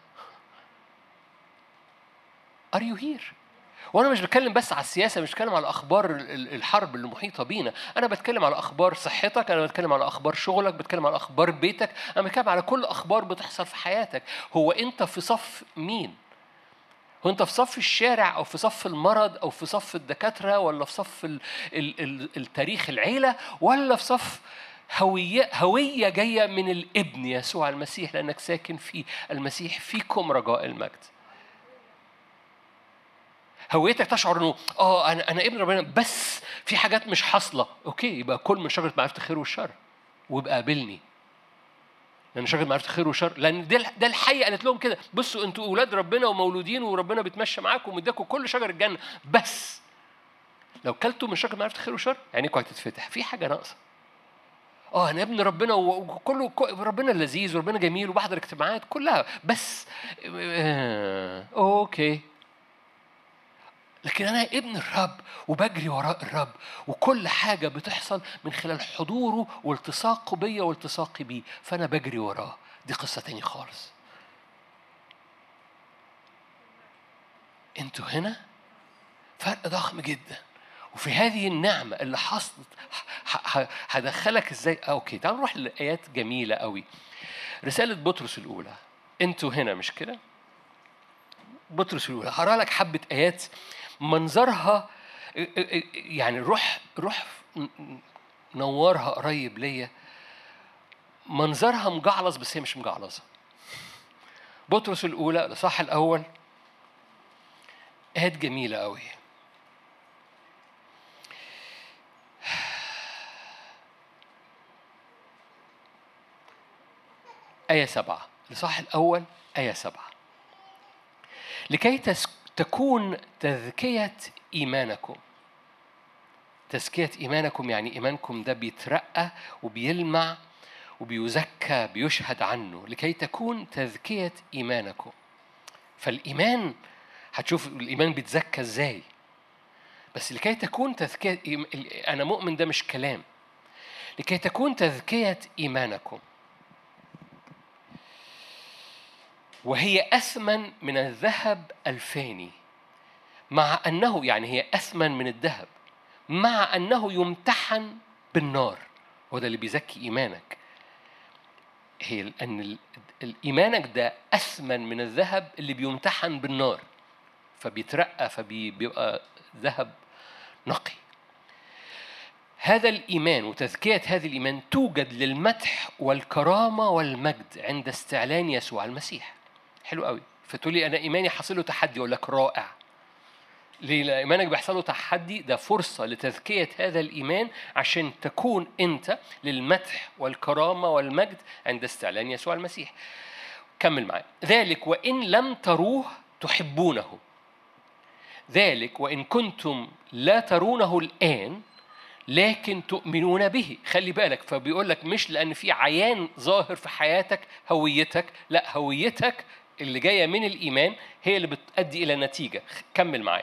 Are you here؟ وأنا مش بتكلم بس على السياسة، مش بتكلم على أخبار الحرب اللي محيطة بينا، أنا بتكلم على أخبار صحتك، أنا بتكلم على أخبار شغلك، بتكلم على أخبار بيتك، أنا بتكلم على كل أخبار بتحصل في حياتك. هو أنت في صف مين؟ هو أنت في صف الشارع أو في صف المرض أو في صف الدكاترة ولا في صف ال ال ال التاريخ العيلة ولا في صف هوية هوية جاية من الابن يسوع المسيح، لأنك ساكن فيه. المسيح فيكم رجاء المجد. هويتك تشعر انه اه انا انا ابن ربنا بس في حاجات مش حاصله. اوكي، يبقى كل من شجره معرفه الخير والشر وابقى قابلني، لان شجره معرفه الخير والشر، لان ده ده الحقيقه. قالت لهم كده، بصوا انتوا اولاد ربنا ومولودين وربنا بيتمشى معاكم ومديكم كل شجر الجنه، بس لو كلتوا من شجره معرفه الخير والشر عينيكم هتتفتح، في حاجه ناقصه. اه انا ابن ربنا وكله ربنا لذيذ وربنا جميل وبحضر اجتماعات كلها، بس آه اوكي، لكن أنا ابن الرب وبجري وراء الرب، وكل حاجة بتحصل من خلال حضوره والتصاقه بيا والتصاقي بيه، فأنا بجري وراه. دي قصة تاني خالص. أنتوا هنا فرق ضخم جدا. وفي هذه النعمة اللي حصلت هدخلك إزاي؟ أوكي، تعالوا نروح لآيات جميلة قوي. رسالة بطرس الأولى. أنتوا هنا مش كده؟ بطرس الأولى هقرأ لك حبة آيات منظرها يعني روح روح نورها قريب ليا. منظرها مجعلص بس هي مش مجعلصة. بطرس الأولى الإصحاح الأول، آيات جميلة قوي. آية سبعة، الإصحاح الأول آية سبعة. لكي تكون تزكية إيمانكم. تزكية إيمانكم يعني إيمانكم ده بيترقى وبيلمع وبيزكى، بيشهد عنه. لكي تكون تزكية إيمانكم. فالإيمان هتشوف الإيمان بيتزكى إزاي، بس لكي تكون تزكية، أنا مؤمن ده مش كلام. لكي تكون تزكية إيمانكم وهي أثمن من الذهب الفاني، مع أنه يعني هي أثمن من الذهب، مع أنه يمتحن بالنار. وده اللي بيزكي إيمانك. هي أن الإيمانك ده أثمن من الذهب اللي بيمتحن بالنار، فبيترقى فبيبقى ذهب نقي. هذا الإيمان وتزكية هذا الإيمان توجد للمدح والكرامة والمجد عند استعلان يسوع المسيح. حلو قوي. فتقولي أنا إيماني حصل له تحدي، أقول لك رائع. ليه؟ لأن إيمانك بيحصل له تحدي، ده فرصة لتزكية هذا الإيمان عشان تكون أنت للمدح والكرامة والمجد عند استعلان يسوع المسيح. كمل معي. ذلك وإن لم تروه تحبونه، ذلك وإن كنتم لا ترونه الآن لكن تؤمنون به. خلي بالك، فبيقول لك مش لأن في عيان ظاهر في حياتك هويتك، لا، هويتك اللي جاية من الإيمان هي اللي بتؤدي إلى نتيجة. كمل معي.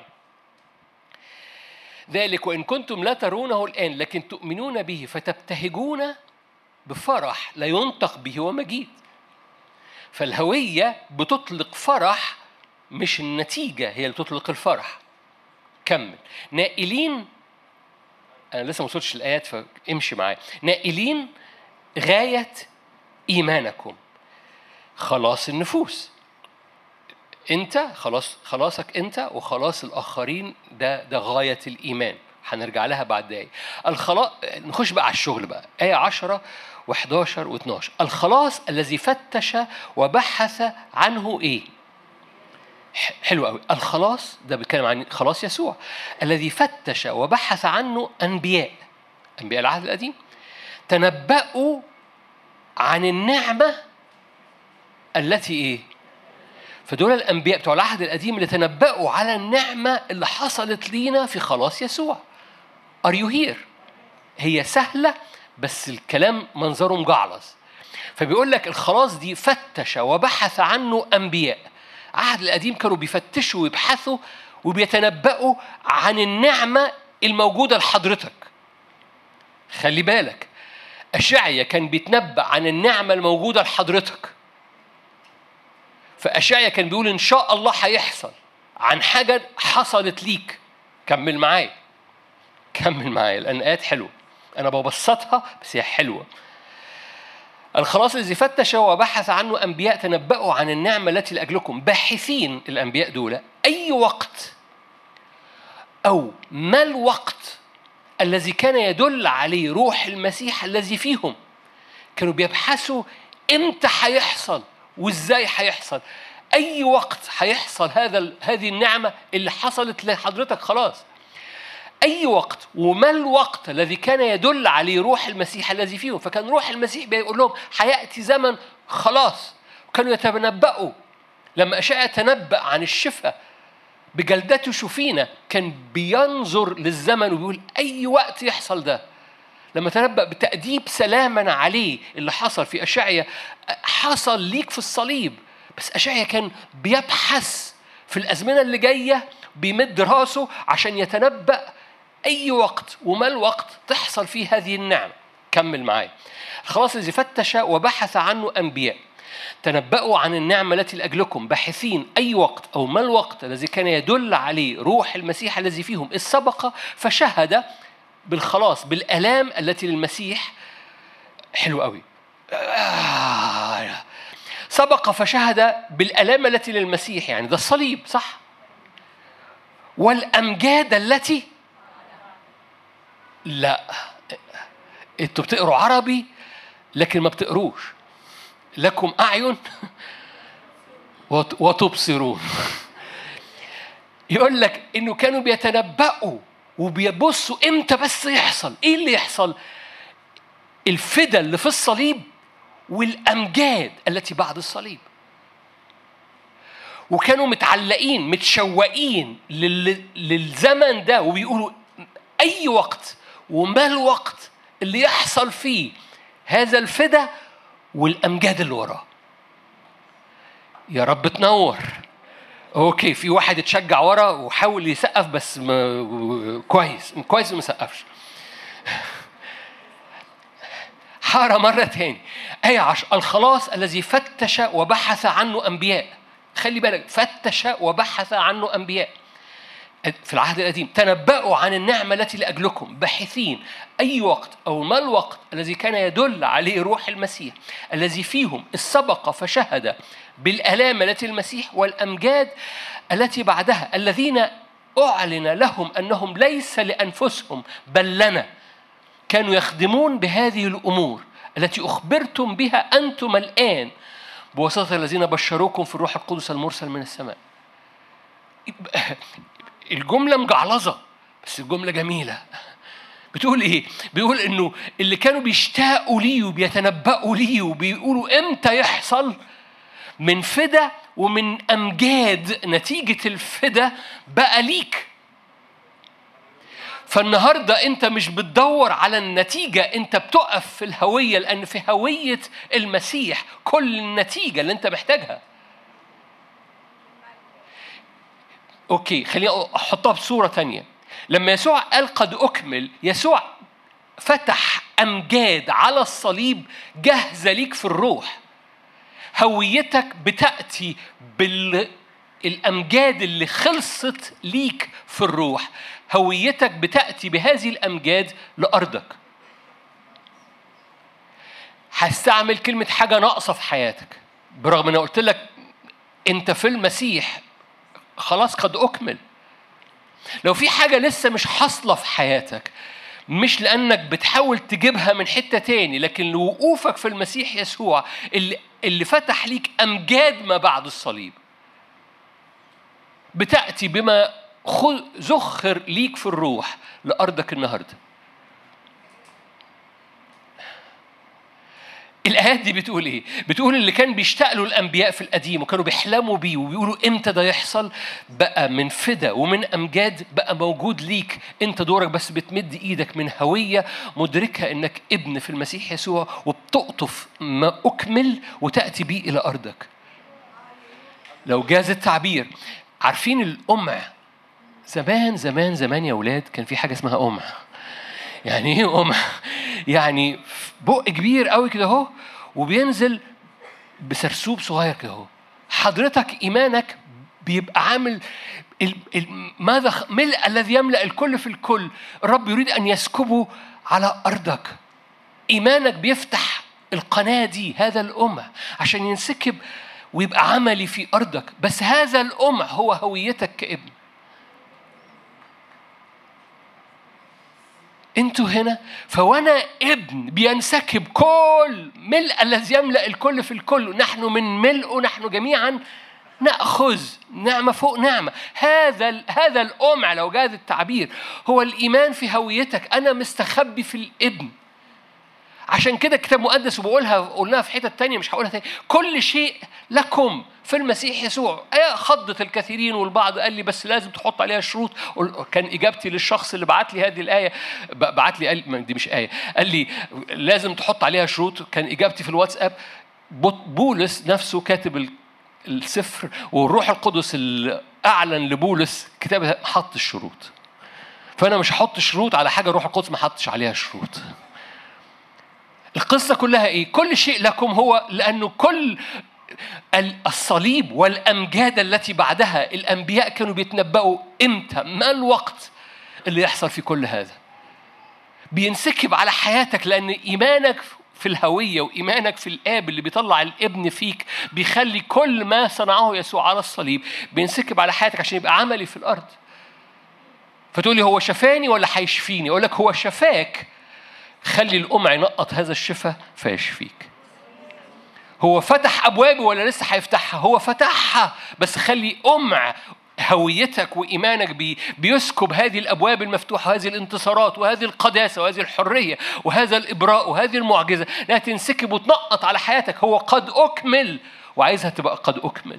ذلك وإن كنتم لا ترونه الآن لكن تؤمنون به فتبتهجون بفرح لا ينطق به ومجيد. فالهوية بتطلق فرح، مش النتيجة هي اللي بتطلق الفرح. كمل. نائلين، أنا لسه ما وصلتش الآيات فامشي معايا. نائلين غاية إيمانكم خلاص النفوس. أنت خلاص، خلاصك أنت وخلاص الآخرين، ده ده غاية الإيمان. هنرجع لها بعد دقايق. الخلاص، نخش بقى على الشغل بقى. آية عشرة وحداشر واثناشر. الخلاص الذي فتش وبحث عنه إيه؟ حلو قوي. الخلاص ده بيتكلم عن خلاص يسوع الذي فتش وبحث عنه أنبياء، أنبياء العهد القديم، تنبأوا عن النعمة التي إيه؟ فدول الأنبياء بتوع العهد القديم اللي تنبأوا على النعمة اللي حصلت لينا في خلاص يسوع. Are you here؟ هي سهلة بس الكلام منظره مجعلص. فبيقول لك الخلاص دي فتش وبحث عنه أنبياء. العهد القديم كانوا بيفتشوا ويبحثوا وبيتنبأوا عن النعمة الموجودة لحضرتك. خلي بالك، أشعيا كان بيتنبأ عن النعمة الموجودة لحضرتك. فأشعيا كان بيقول إن شاء الله هيحصل عن حاجة حصلت ليك. كمل معايا، كمل معايا، لأن آيات حلوة، أنا ببسطها بس هي حلوة. الخلاص الذي فتش وبحث عنه أنبياء تنبأوا عن النعمة التي لأجلكم، باحثين الأنبياء دول أي وقت أو ما الوقت الذي كان يدل عليه روح المسيح الذي فيهم. كانوا بيبحثوا إمتى هيحصل وإزاي هيحصل. أي وقت هيحصل هذا هذه النعمة اللي حصلت لحضرتك خلاص. أي وقت وما الوقت الذي كان يدل عليه روح المسيح الذي فيهم. فكان روح المسيح بيقول لهم حيأتي زمن خلاص. وكانوا يتنبأوا. لما أشعيا تنبأ عن الشفاء بجلدته شفينا، كان بينظر للزمن وبيقول أي وقت يحصل ده. لما تنبأ بتأديب سلاما عليه اللي حصل في أشعيا، حصل ليك في الصليب. بس أشعيا كان بيبحث في الأزمنة اللي جاية، بيمد راسه عشان يتنبأ أي وقت وما الوقت تحصل فيه هذه النعمة. كمل معايا. خلاص الذي فتش وبحث عنه أنبياء تنبأوا عن النعمة التي لأجلكم، باحثين أي وقت أو ما الوقت الذي كان يدل عليه روح المسيح الذي فيهم، إذ سبق فشهد بالخلاص بالآلام التي للمسيح. حلو قوي. سبق فشهد بالآلام التي للمسيح، يعني ده الصليب صح؟ والأمجاد التي، لا انتوا بتقروا عربي لكن ما بتقروش. لكم أعين وتبصرون. يقول لك إنه كانوا بيتنبأوا وبيبصوا إمتى بس يحصل. إيه اللي يحصل؟ الفدا اللي في الصليب والأمجاد التي بعد الصليب. وكانوا متعلقين متشوقين للزمن ده، وبيقولوا أي وقت وما الوقت اللي يحصل فيه هذا الفدا والأمجاد اللي وراه. يا رب تنور. أوكي، في واحد اتشجع ورا وحاول يسقف بس م... كويس كويس ما سقفش. حارة مرة تاني. آية عشر. الخلاص الذي فتش وبحث عنه أنبياء. خلي بالك، فتش وبحث عنه أنبياء. في العهد القديم تنبأوا عن النعمة التي لأجلكم باحثين أي وقت أو ما الوقت الذي كان يدل عليه روح المسيح الذي فيهم السبق فشهد بالآلام التي المسيح والأمجاد التي بعدها الذين أعلن لهم أنهم ليس لأنفسهم بل لنا كانوا يخدمون بهذه الأمور التي أخبرتم بها أنتم الآن بواسطة الذين بشروكم في الروح القدس المرسل من السماء. الجملة مجعلظة بس الجملة جميلة. بتقول إيه؟ بيقول إنه اللي كانوا بيشتاقوا ليه وبيتنبأوا ليه وبيقولوا إمتى يحصل من فدا ومن أمجاد نتيجة الفدا بقى ليك. فالنهاردة أنت مش بتدور على النتيجة، أنت بتقف في الهوية لأن في هوية المسيح كل النتيجة اللي أنت محتاجها. أوكي خليني أحطها بصورة تانية. لما يسوع قال قد أكمل، يسوع فتح أمجاد على الصليب جاهزة ليك في الروح. هويتك بتأتي بالأمجاد اللي خلصت ليك في الروح. هويتك بتأتي بهذه الأمجاد لأرضك. هستعمل كلمة حاجة ناقصة في حياتك برغم أن قلت لك أنت في المسيح خلاص قد أكمل. لو في حاجة لسه مش حاصلة في حياتك مش لأنك بتحاول تجيبها من حتة تاني، لكن لوقوفك في المسيح يسوع اللي, اللي فتح ليك أمجاد ما بعد الصليب بتأتي بما زخر ليك في الروح لأرضك النهاردة. الآيات دي بتقول إيه؟ بتقول اللي كان بيشتغلوا الأنبياء في القديم وكانوا بيحلموا بيه وبيقولوا إمتى ده يحصل بقى من فدا ومن أمجاد بقى موجود ليك. أنت دورك بس بتمد إيدك من هوية مدركة إنك ابن في المسيح يسوع وبتقطف ما أكمل وتأتي بيه إلى أرضك. لو جاز التعبير، عارفين الأمع زمان زمان زمان يا ولاد كان في حاجة اسمها أمع. يعني ايه أمع؟ يعني بق كبير قوي كده اهو وبينزل بسرسوب صغير كده اهو. حضرتك إيمانك بيبقى عامل ماذا ملء الذي يملأ الكل في الكل. الرب يريد أن يسكبه على أرضك. إيمانك بيفتح القناة دي، هذا الأمع عشان ينسكب ويبقى عملي في أرضك. بس هذا الأمع هو هويتك كابن. انتوا هنا فوانا ابن بينسكب كل ملء الذي يملأ الكل في الكل. نحن من ملئه نحن جميعا نأخذ نعمة فوق نعمة. هذا هذا الأمع لو جاز التعبير هو الإيمان في هويتك. أنا مستخبي في الابن. عشان كده الكتاب المقدس وبقولها قلناها في حتة تانية مش هقولها تاني. كل شيء لكم في المسيح يسوع. آية خضت الكثيرين والبعض قال لي بس لازم تحط عليها شروط. كان إجابتي للشخص اللي بعت لي هذه الآية بعت لي قال دي مش آية قال لي لازم تحط عليها شروط. كان إجابتي في الواتساب بولس نفسه كاتب السفر والروح القدس اللي أعلن لبولس كتابه حط الشروط. فأنا مش هحط شروط على حاجة روح القدس ما حطش عليها شروط. القصة كلها إيه؟ كل شيء لكم هو لأنه كل الصليب والأمجاد التي بعدها الأنبياء كانوا بيتنبأوا إمتى ما الوقت اللي يحصل في كل هذا بينسكب على حياتك. لأن إيمانك في الهوية وإيمانك في الآب اللي بيطلع الابن فيك بيخلي كل ما صنعه يسوع على الصليب بينسكب على حياتك عشان يبقى عملي في الأرض. فتقولي هو شفاني ولا هيشفيني؟ أقول لك هو شفاك. خلي الأمع ينقط هذا الشفاء فيشفيك. هو فتح أبوابه ولا لسه هيفتحها؟ هو فتحها بس خلي أمع هويتك وإيمانك بي بيسكب هذه الأبواب المفتوحة وهذه الانتصارات وهذه القداسة وهذه الحرية وهذا الإبراء وهذه المعجزة لا تنسكب وتنقط على حياتك. هو قد أكمل وعايزها تبقى قد أكمل.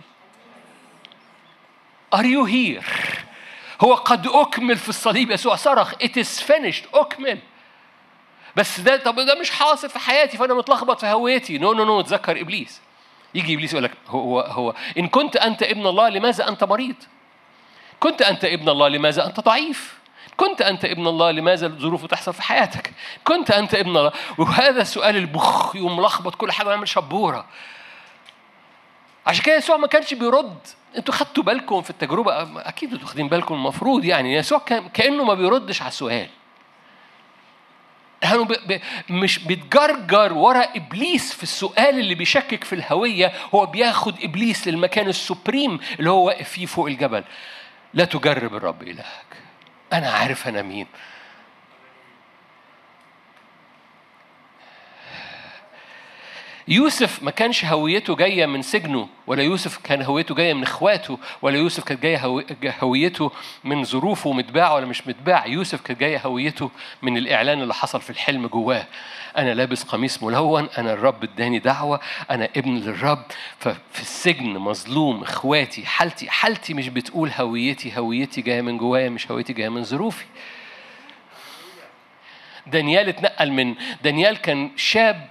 Are you here؟ هو قد أكمل في الصليب. يسوع صرخ It is finished. أكمل. بس ده طب ده مش حاصل في حياتي فأنا متلخبط في هويتي. نو نو نو تذكر إبليس. يجي إبليس يقول لك هو هو إن كنت أنت ابن الله لماذا أنت مريض؟ كنت أنت ابن الله لماذا أنت ضعيف؟ كنت أنت ابن الله لماذا الظروف تحصل في حياتك؟ كنت أنت ابن الله. وهذا السؤال البخ يوم ملخبط كل حاجة ويعمل شبورة. عشان كده يسوع ما كانش بيرد انتوا خدتوا بالكم في التجربة، أكيد انتوا واخدين بالكم المفروض، يعني يسوع كأنه ما بيردش على السؤال، يعني ب... مش بيتجرجر ورا إبليس في السؤال اللي بيشكك في الهوية، هو بياخد إبليس للمكان السوبريم اللي هو واقف فيه فوق الجبل. لا تجرب الرب إلهك، أنا عارف أنا مين. يوسف ما كانش هويته جاية من سجنه، ولا يوسف كان هويته جاية من إخواته، ولا يوسف كانت جاية هويته من ظروفه متباع ولا مش متباع. يوسف كانت جاية هويته من الإعلان اللي حصل في الحلم جواه. أنا لابس قميص ملون، أنا الرب اداني دعوة، أنا ابن للرب. ففي السجن مظلوم، إخواتي، حالتي حالتي مش بتقول هويتي، هويتي جاية من جوايا، مش هويتي جاية من ظروفي. دانيال اتنقل من دانيال كان شاب،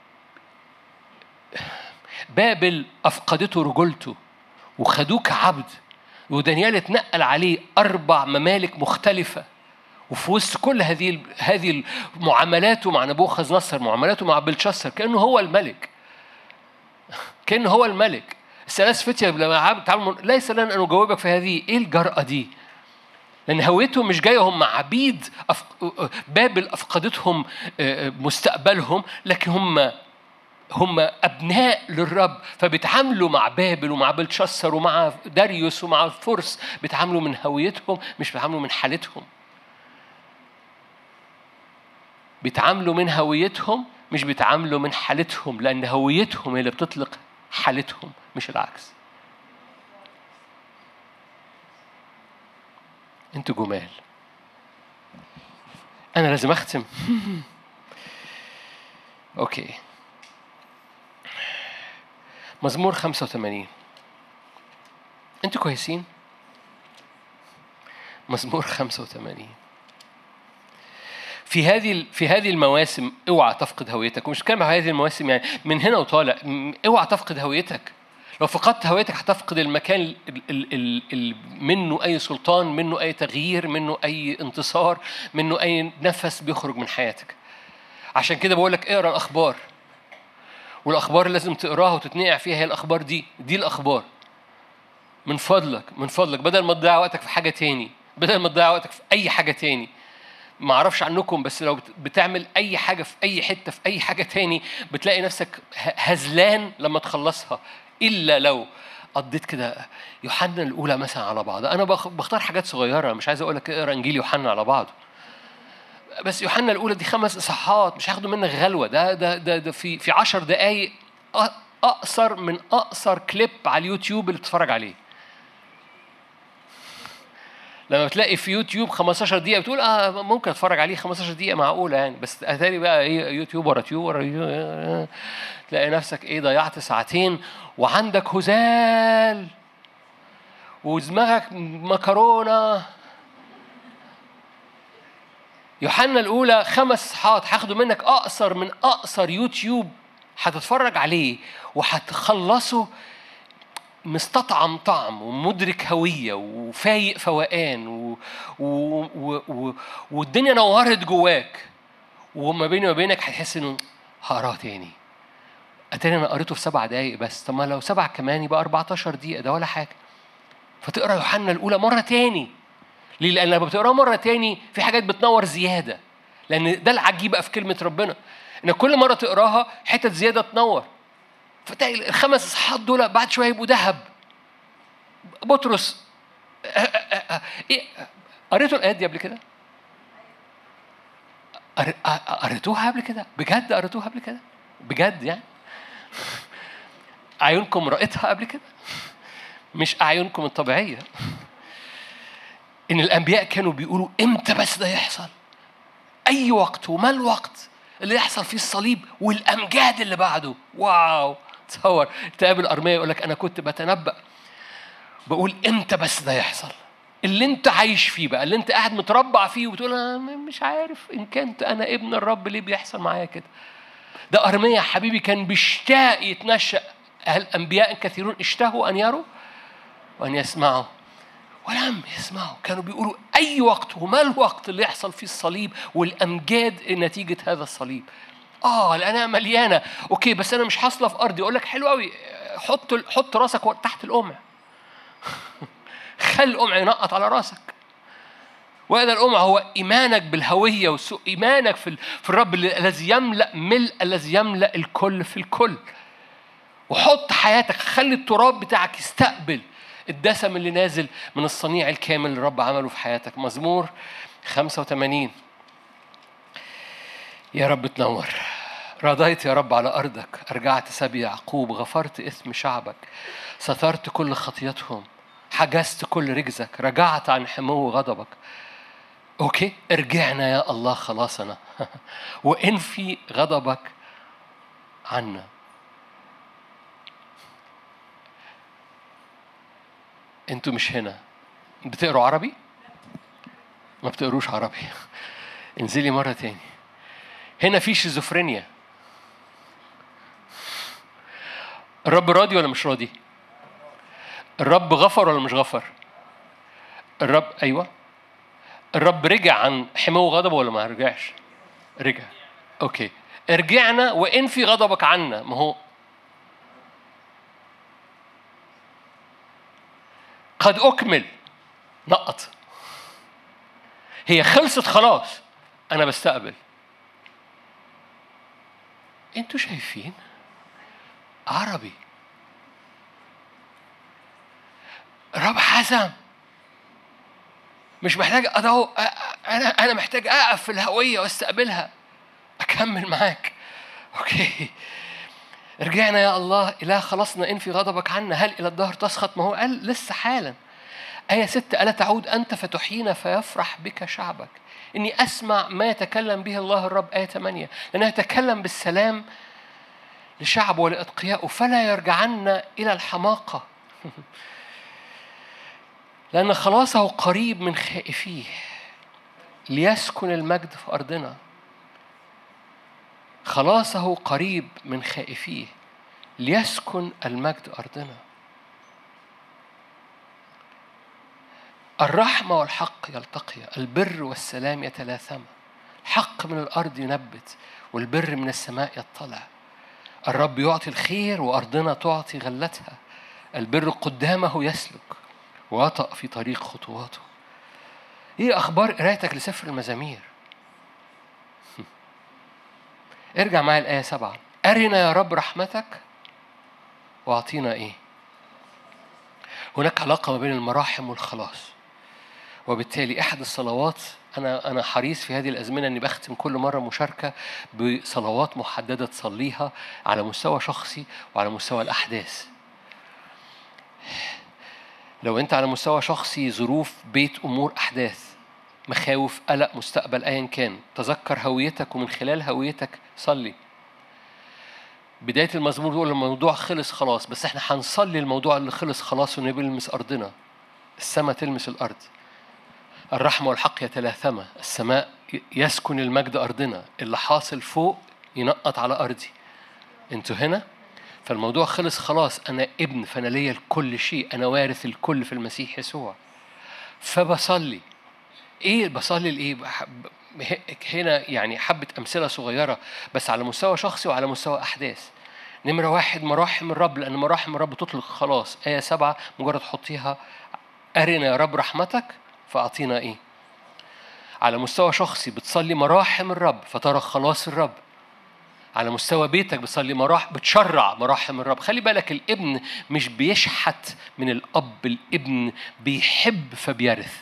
بابل أفقدته رجولته وخدوه كعبد، ودانيال اتنقل عليه أربع ممالك مختلفة. وفي وسط كل هذه هذه معاملاته مع نبوخذ نصر، معاملاته مع بلشسر، كأنه هو الملك، كأنه هو الملك. الثلاث فتية لما تعلموا ليس لنا أن نجاوبك في هذه، إيه الجرأة دي؟ لأن هويتهم مش جاية هم عبيد، بابل أفقدتهم مستقبلهم، لكن هم هم أبناء للرب، فبيتعاملوا مع بابل ومع بلشسر ومع داريوس ومع الفرس، بيتعاملوا من هويتهم مش بيتعاملوا من حالتهم. بيتعاملوا من هويتهم مش بيتعاملوا من حالتهم، لأن هويتهم هي اللي بتطلق حالتهم مش العكس. انتوا جمال. أنا لازم أختم. أوكي. مزمور خمسة وثمانين. انتوا كويسين؟ مزمور خمسة وثمانين. في هذه في هذه المواسم اوعى تفقد هويتك. ومش كلمة هذه المواسم يعني من هنا وطالع، اوعى تفقد هويتك. لو فقدت هويتك هتفقد المكان اللي منه أي سلطان، منه أي تغيير، منه أي انتصار، منه أي نفس بيخرج من حياتك. عشان كده بقولك اقرأ الأخبار، والأخبار اللي لازم تقراها وتتنقع فيها هي الأخبار دي دي الأخبار. من فضلك من فضلك بدل ما تضيع وقتك في حاجة تاني، بدل ما تضيع وقتك في أي حاجة تاني. ما أعرفش عنكم، بس لو بتعمل أي حاجة في أي حتة في أي حاجة تاني بتلاقي نفسك هزلان لما تخلصها، إلا لو قضيت كده. يوحنا الأولى مثلا على بعض، أنا بختار حاجات صغيرة، مش عايز أقولك اقرأ إنجيل يوحنا على بعضه، بس يوحنا الأولى دي خمس إصحاحات، مش هاخدوا منك غلوة. ده ده ده, ده في في عشر دقايق، أقصر من أقصر كليب على اليوتيوب اللي بتتفرج عليه. لما بتلاقي في يوتيوب خمستاشر دقيقة بتقول آه ممكن أتفرج عليه خمستاشر دقيقة معقولة يعني، بس أتاري بقى إيه يوتيوب ورا يوتيوب ورا يوتيوب، تلاقي نفسك إيه ضيعت ساعتين وعندك هزال ودماغك مكرونة. يوحنا الأولى خمس صفحات هاخده منك أقصر من أقصر يوتيوب هتتفرج عليه وهتخلصه مستطعم طعم ومدرك هوية وفايق فوقان و... و... و... و... والدنيا نورت جواك، وما بيني وما بينك هتحس إنه هقراه تاني. أتاني أنا قريته في سبع دقايق بس، طب ما لو سبع كمان يبقى أربعتاشر دقيقة، ده ولا حاجة. فتقرأ يوحنا الأولى مرة تاني. ليه؟ لأن لما بتقرأ مرة تاني في حاجات بتنور زيادة، لأن ده العجيب بقى في كلمة ربنا، إن كل مرة تقراها حتة زيادة تنور. فتلاقي الخمس إصحاحات دول بعد شوية يبقوا ذهب. بطرس إيه قريتوا الآيات دي قبل كده؟ قريتوها قبل كده؟ بجد قريتوها قبل كده؟ بجد يعني؟ أعينكم رأيتها قبل كده؟ مش أعينكم الطبيعية. إن الأنبياء كانوا بيقولوا إمتى بس ده يحصل؟ أي وقت، وما الوقت اللي يحصل فيه الصليب والأمجاد اللي بعده. واو، تصور تقابل أرميا يقول لك أنا كنت بتنبأ بقول إمتى بس ده يحصل. اللي أنت عايش فيه بقى، اللي أنت قاعد متربع فيه وبتقول أنا مش عارف إن كنت أنا ابن الرب ليه بيحصل معايا كده. ده أرميا حبيبي كان بيشتاق يتنشأ. هل أنبياء كثيرون اشتهوا أن يروا وأن يسمعوا ولم يسمعوا. كانوا بيقولوا أي وقت وما الوقت اللي يحصل فيه الصليب والأمجاد نتيجة هذا الصليب. آه لأنها مليانة. أوكي بس أنا مش حاصلة في أرضي. أقول لك حلو قوي، حط حط راسك تحت القمع. خلي القمع ينقط على راسك. وهذا القمع هو إيمانك بالهوية وسوء إيمانك في في الرب الذي يملأ ملء الذي يملأ الكل في الكل. وحط حياتك، خلي التراب بتاعك يستقبل الدسم اللي نازل من الصنيع الكامل اللي الرب عمله في حياتك. مزمور خمسة وثمانين. يا رب تنور. رضيت يا رب على أرضك، أرجعت سبي يعقوب، غفرت إثم شعبك، سترت كل خطيتهم، حجزت كل رجزك، رجعت عن حمو غضبك. أوكي، ارجعنا يا الله خلاصنا وانفي غضبك عنا. انتوا مش هنا بتقروا عربي؟ ما بتقروش عربي. انزلي مرة تاني. هنا في شيزوفرينيا. الرب راضي ولا مش راضي؟ الرب غفر ولا مش غفر؟ الرب أيوة. الرب رجع عن حمو غضبه ولا ما رجعش؟ رجع. أوكي، ارجعنا وإن في غضبك عنا. ما هو قد أكمل. نقط. هي خلصت خلاص. أنا بستقبل. أنتوا شايفين؟ عربي. الرب حزم. مش محتاج أدعو. أنا أنا محتاج أقف في الهوية واستقبلها. أكمل معاك. أوكي. رجعنا يا الله إله خلصنا، إن في غضبك عنا هل إلى الدهر تسخط؟ ما هو قال لسه حالا. آية ستة، ألا تعود أنت فتحيينا فيفرح بك شعبك. إني أسمع ما يتكلم به الله الرب. آية ثمانية، لأنه يتكلم بالسلام لشعبه ولأتقيائه فلا يرجعن إلى الحماقة لأن خلاصه قريب من خائفيه ليسكن المجد في أرضنا. خلاصه قريب من خائفيه ليسكن المجد أرضنا. الرحمة والحق يلتقيا، البر والسلام يتلاثما. الحق من الأرض ينبت والبر من السماء يطلع. الرب يعطي الخير وأرضنا تعطي غلتها. البر قدامه يسلك ويطأ في طريق خطواته. إيه أخبار قرايتك لسفر المزامير؟ ارجع معي الآية سبعة. أرنا يا رب رحمتك وأعطينا إيه؟ هناك علاقة ما بين المراحم والخلاص. وبالتالي أحد الصلوات، أنا أنا حريص في هذه الأزمنة إني بختم كل مرة مشاركة بصلوات محددة تصليها على مستوى شخصي وعلى مستوى الأحداث. لو أنت على مستوى شخصي، ظروف بيت، أمور، أحداث، مخاوف، قلق، مستقبل، أيا كان، تذكر هويتك ومن خلال هويتك صلي. بداية المزمور يقول الموضوع خلص خلاص، بس احنا هنصلي الموضوع اللي خلص خلاص ونبي نلمس أرضنا، السماء تلمس الأرض. الرحمة والحق يتلاثما، السماء يسكن المجد أرضنا، اللي حاصل فوق ينقط على أرضي. انتوا هنا؟ فالموضوع خلص خلاص. أنا ابن، فأنا ليا الكل شيء، أنا وارث الكل في المسيح يسوع. فبصلي. إيه بصلي لإيه؟ هنا يعني حبة أمثلة صغيرة بس على مستوى شخصي وعلى مستوى أحداث. نمرة واحد، مراحم الرب، لأن مراحم الرب تطلق خلاص. آية سبعة مجرد حطيها، أرنا يا رب رحمتك فأعطينا إيه؟ على مستوى شخصي بتصلي مراحم الرب فترى خلاص الرب. على مستوى بيتك بتصلي مراحم، بتشرع مراحم الرب. خلي بالك، الابن مش بيشحت من الأب، الابن بيحب فبيرث.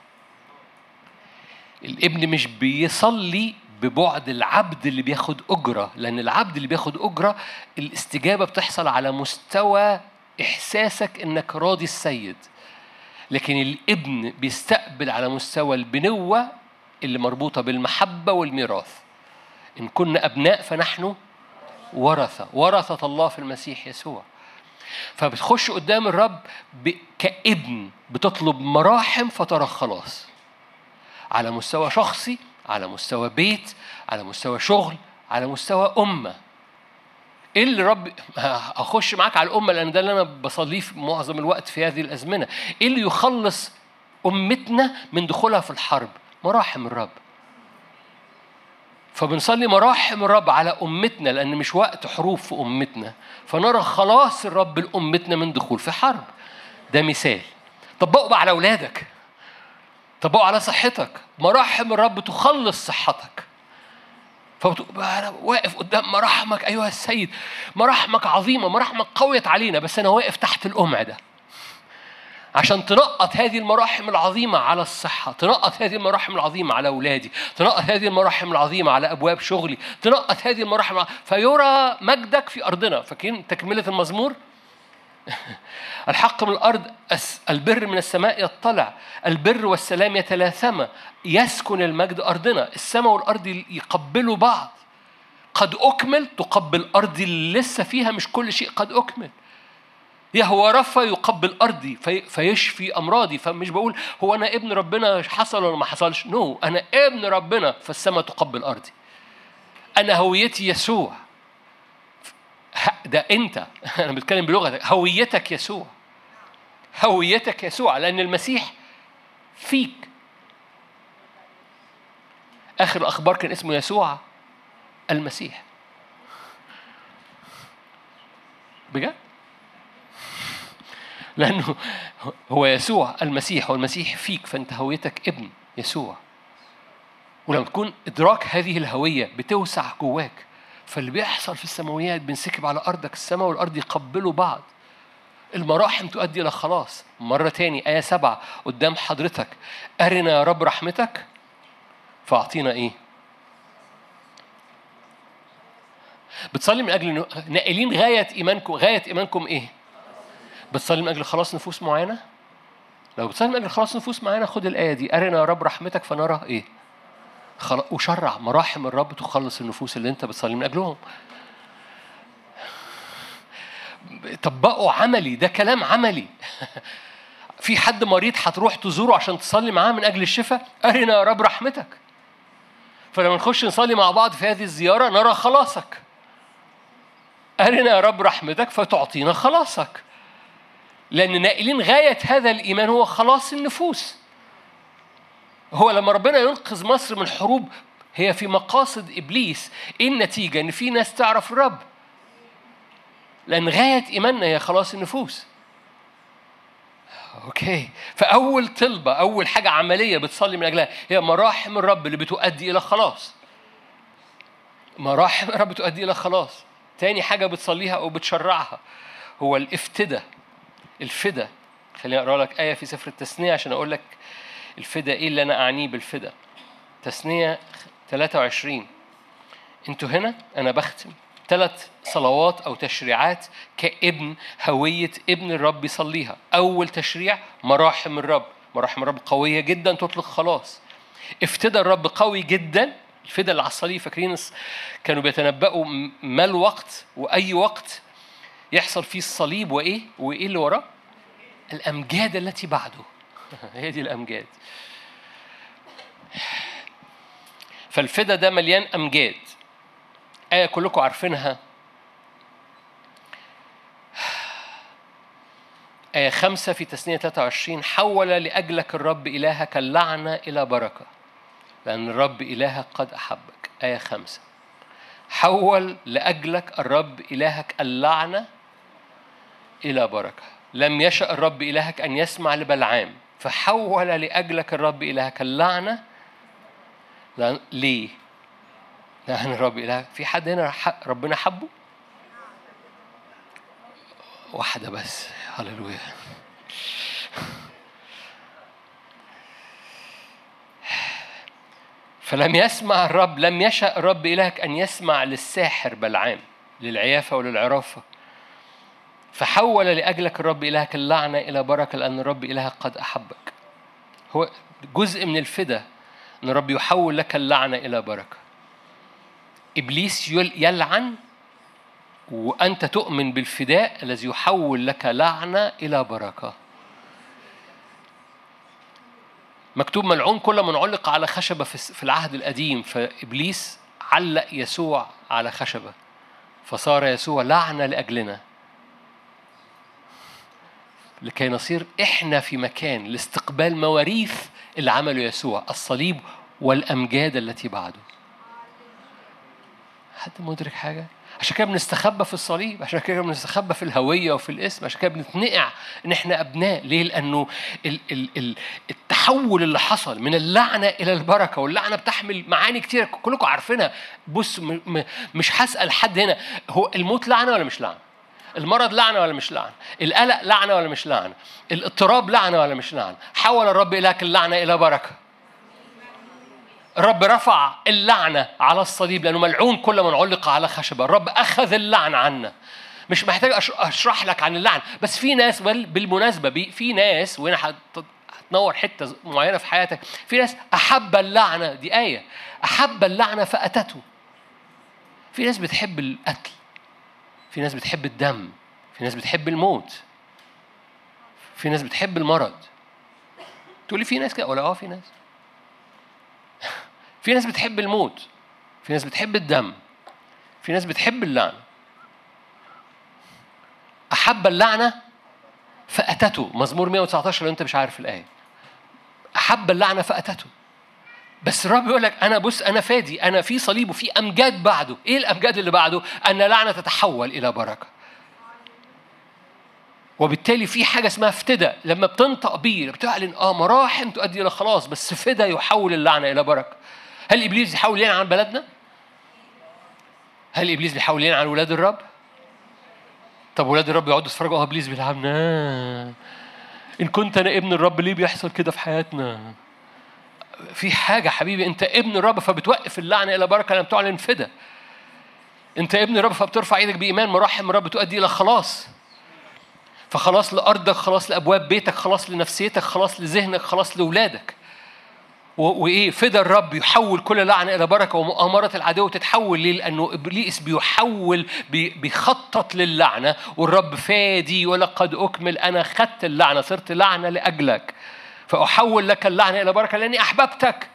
الابن مش بيصلي ببعد العبد اللي بياخد أجرة، لأن العبد اللي بياخد أجرة الاستجابة بتحصل على مستوى إحساسك إنك راضي السيد. لكن الابن بيستقبل على مستوى البنوة اللي مربوطة بالمحبة والميراث. إن كنا أبناء فنحن ورثة، ورثة الله في المسيح يسوع. فبتخش قدام الرب كابن بتطلب مراحم فترى خلاص، على مستوى شخصي، على مستوى بيت، على مستوى شغل، على مستوى أمة. إيه اللي رب أخش معاك على الأمة، لأن ده اللي أنا بصليه في معظم الوقت في هذه الأزمنة. إيه اللي يخلص أمتنا من دخولها في الحرب؟ مراحم الرب. فبنصلي مراحم الرب على أمتنا، لأن مش وقت حروب في أمتنا، فنرى خلاص الرب لأمتنا من دخول في حرب. ده مثال. طبقه بقى على أولادك، طبقه على صحتك. مراحم الرب تخلص صحتك. فبتبقى أنا واقف قدام مراحمك أيها السيد، مراحمك عظيمة، مراحمك قويت علينا، بس أنا واقف تحت القمع ده عشان تنقط هذه المراحم العظيمة على الصحة، تنقط هذه المراحم العظيمة على أولادي، تنقط هذه المراحم العظيمة على أبواب شغلي، تنقط هذه المراحم فيرى مجدك في أرضنا. فاكرين تكملة المزمور؟ الحق من الأرض، البر من السماء يطلع، البر والسلام يتلاثما، يسكن المجد أرضنا. السماء والأرض يقبلوا بعض. قد أكمل، تقبل أرضي اللي لسه فيها مش كل شيء قد أكمل. يهوى رفا يقبل أرضي في فيشفي أمراضي. فمش بقول هو أنا ابن ربنا حصل ولا ما حصلش، نو no. أنا ابن ربنا فالسماء تقبل أرضي. أنا هويتي يسوع. ده أنت أنا بتكلم بلغتك، هويتك يسوع، هويتك يسوع، لأن المسيح فيك. آخر الأخبار كان اسمه يسوع المسيح. بجد؟ لأنه هو يسوع المسيح، والمسيح فيك، فأنت هويتك ابن يسوع. ولما تكون إدراك هذه الهوية بتوسع جواك، فاللي بيحصل في السماويات بنسكب على أرضك. السماء والأرض يقبلوا بعض. المراحم تؤدي إلى خلاص. مرة تاني آية سبعة قدام حضرتك، أرنا يا رب رحمتك فأعطينا إيه؟ بتصلي من أجل نائلين غاية إيمانكم. غاية إيمانكم إيه؟ بتصلي من أجل خلاص نفوس معينة؟ لو بتصلي من أجل خلاص نفوس معينة خد الآية دي، أرنا يا رب رحمتك فنرى إيه؟ خل... وشرع مراحم الرب تخلص النفوس اللي أنت بتصلي من أجلهم. طبقوا عملي، ده كلام عملي. في حد مريض هتروح تزوره عشان تصلي معاه من أجل الشفاء، أرنا يا رب رحمتك. فلما نخش نصلي مع بعض في هذه الزيارة نرى خلاصك. أرنا يا رب رحمتك فتعطينا خلاصك. لأن نائلين غاية هذا الإيمان هو خلاص النفوس. هو لما ربنا ينقذ مصر من حروب هي في مقاصد إبليس، إيه النتيجة؟ إن في ناس تعرف الرب. لأن غاية إيماننا هي خلاص النفوس. أوكي، فأول طلبة، أول حاجة عملية بتصلي من أجلها هي مراحم الرب اللي بتؤدي إلى خلاص. مراحم الرب بتؤدي إلى خلاص. تاني حاجة بتصليها أو بتشرعها هو الافتداء. الفداء، خليني أقرأ لك آية في سفر التثنية عشان أقول لك الفداء إيه اللي أنا أعنيه بالفداء. تثنية ثلاثة وعشرين. أنتوا هنا أنا بختم ثلاث صلوات أو تشريعات كابن هوية ابن الرب يصليها. أول تشريع مراحم الرب. مراحم الرب قوية جدا تطلق خلاص. افتدى الرب قوي جدا. الفداء اللي على الصليب، فاكرين كانوا بيتنبأوا ما الوقت وأي وقت يحصل فيه الصليب وإيه وإيه اللي وراه؟ الأمجاد التي بعده. هي دي الأمجاد. فالفداء ده مليان أمجاد. آية كلكم عارفينها، آية خمسة في تثنية ثلاثة وعشرين، حول لأجلك الرب إلهك اللعنة إلى بركة لأن الرب إلهك قد أحبك. آية خمسة، حول لأجلك الرب إلهك اللعنة إلى بركة. لم يشأ الرب إلهك أن يسمع لبلعام فحول لأجلك الرب إلهك اللعنة. ليه؟ لأن الرب إلهك. في حد هنا ربنا حبه؟ واحدة بس. هللويا. فلم يسمع الرب، لم يشأ الرب إلهك أن يسمع للساحر بلعام، للعيافة وللعرافة، فحول لأجلك الرب إلهك اللعنة إلى بركة لأن الرب إلهك قد أحبك. هو جزء من الفداء أن الرب يحول لك اللعنة إلى بركة. إبليس يلعن وأنت تؤمن بالفداء الذي يحول لك لعنة إلى بركة. مكتوب ملعون كل من علق على خشبة في العهد القديم، فإبليس علق يسوع على خشبة فصار يسوع لعنة لأجلنا لكي نصير إحنا في مكان لاستقبال مواريث اللي عمله يسوع، الصليب والأمجاد التي بعده. حد مدرك حاجة؟ عشان كده بنستخبى في الصليب، عشان كده بنستخبى في الهوية وفي الاسم، عشان كده بنتنقع إن إحنا أبناء. ليه؟ لأنه ال ال ال التحول اللي حصل من اللعنة إلى البركة، واللعنة بتحمل معاني كتير كلكم عارفينها. بص م م مش هسأل حد هنا، هو الموت لعنة ولا مش لعنة؟ المرض لعنة ولا مش لعنة؟ القلق لعنة ولا مش لعنة؟ الاضطراب لعنة ولا مش لعنة؟ حول الرب إليك اللعنة إلى بركة. الرب رفع اللعنة على الصليب لأنه ملعون كل من علق على خشبة. الرب أخذ اللعنة عنا. مش محتاج أشرح لك عن اللعنة، بس في ناس بالمناسبة، في ناس وهنا هتنور حتة معينة في حياتك، في ناس أحب اللعنة، دي آية، أحب اللعنة فأتته. في ناس بتحب القتل، في ناس بتحب الدم، في ناس بتحب الموت، في ناس بتحب المرض. تقولي في ناس كده؟ ولا اه في ناس في ناس بتحب الموت، في ناس بتحب الدم، في ناس بتحب اللعنة. أحب اللعنة فأتته، مزمور مئة وتسعة عشر لو أنت مش عارف الآية. أحب اللعنة فأتته. بس الرب يقول لك أنا بص أنا فادي، أنا في صليب وفي أمجاد بعده. إيه الأمجاد اللي بعده؟ أن لعنة تتحول إلى بركة. وبالتالي في حاجة اسمها افتدى. لما بتنطق بيه بتعلن آه مراحم تؤدي إلى خلاص، بس فدى يحول اللعنة إلى بركة. هل إبليس بيحاول يلعن عن بلدنا؟ هل إبليس بيحاول يلعن عن ولاد الرب؟ طب ولاد الرب يقعدوا يتفرجوا اه إبليس بيلعبنا. إن كنت أنا ابن الرب ليه بيحصل كده في حياتنا؟ في حاجة حبيبي، أنت ابن الرب فبتوقف اللعنة إلى بركة لما تعلن فدى. أنت ابن الرب فبترفع إيدك بإيمان، مراحم الرب تؤدي إلى خلاص. فخلاص لأرضك، خلاص لأبواب بيتك، خلاص لنفسيتك، خلاص لذهنك، خلاص لأولادك. وإيه؟ فدى الرب يحول كل لعنة إلى بركة، ومؤامرة العدو تتحول. ليه؟ لأنه إبليس بيحول، بيخطط للعنة، والرب فادي ولقد أكمل. أنا خدت اللعنة، صرت لعنة لأجلك، فأحول لك اللعنة إلى بركة لأني أحببتك.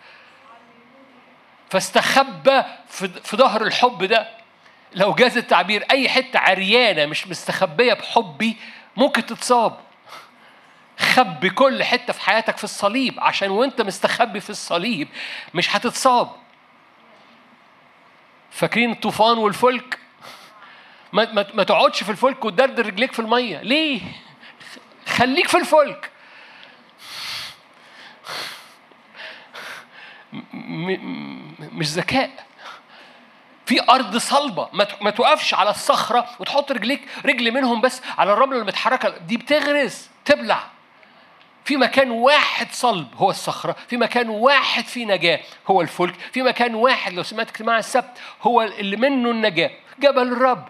فاستخبى في ظهر الحب ده. لو جاز التعبير، أي حتة عريانة مش مستخبية بحبي ممكن تتصاب. خبي كل حتة في حياتك في الصليب، عشان وانت مستخبي في الصليب مش هتتصاب. فاكرين الطوفان والفلك؟ ما, ما, ما تقعدش في الفلك وتدردر رجليك في المية. ليه؟ خليك في الفلك. م- مش ذكاء. في أرض صلبة، ما توقفش على الصخرة وتحط رجليك رجل منهم بس على الرمل المتحركة، دي بتغرز تبلع. في مكان واحد صلب هو الصخرة، في مكان واحد في نجاة هو الفلك، في مكان واحد لو سمعت اجتماع السبت هو اللي منه النجاة، جبل الرب.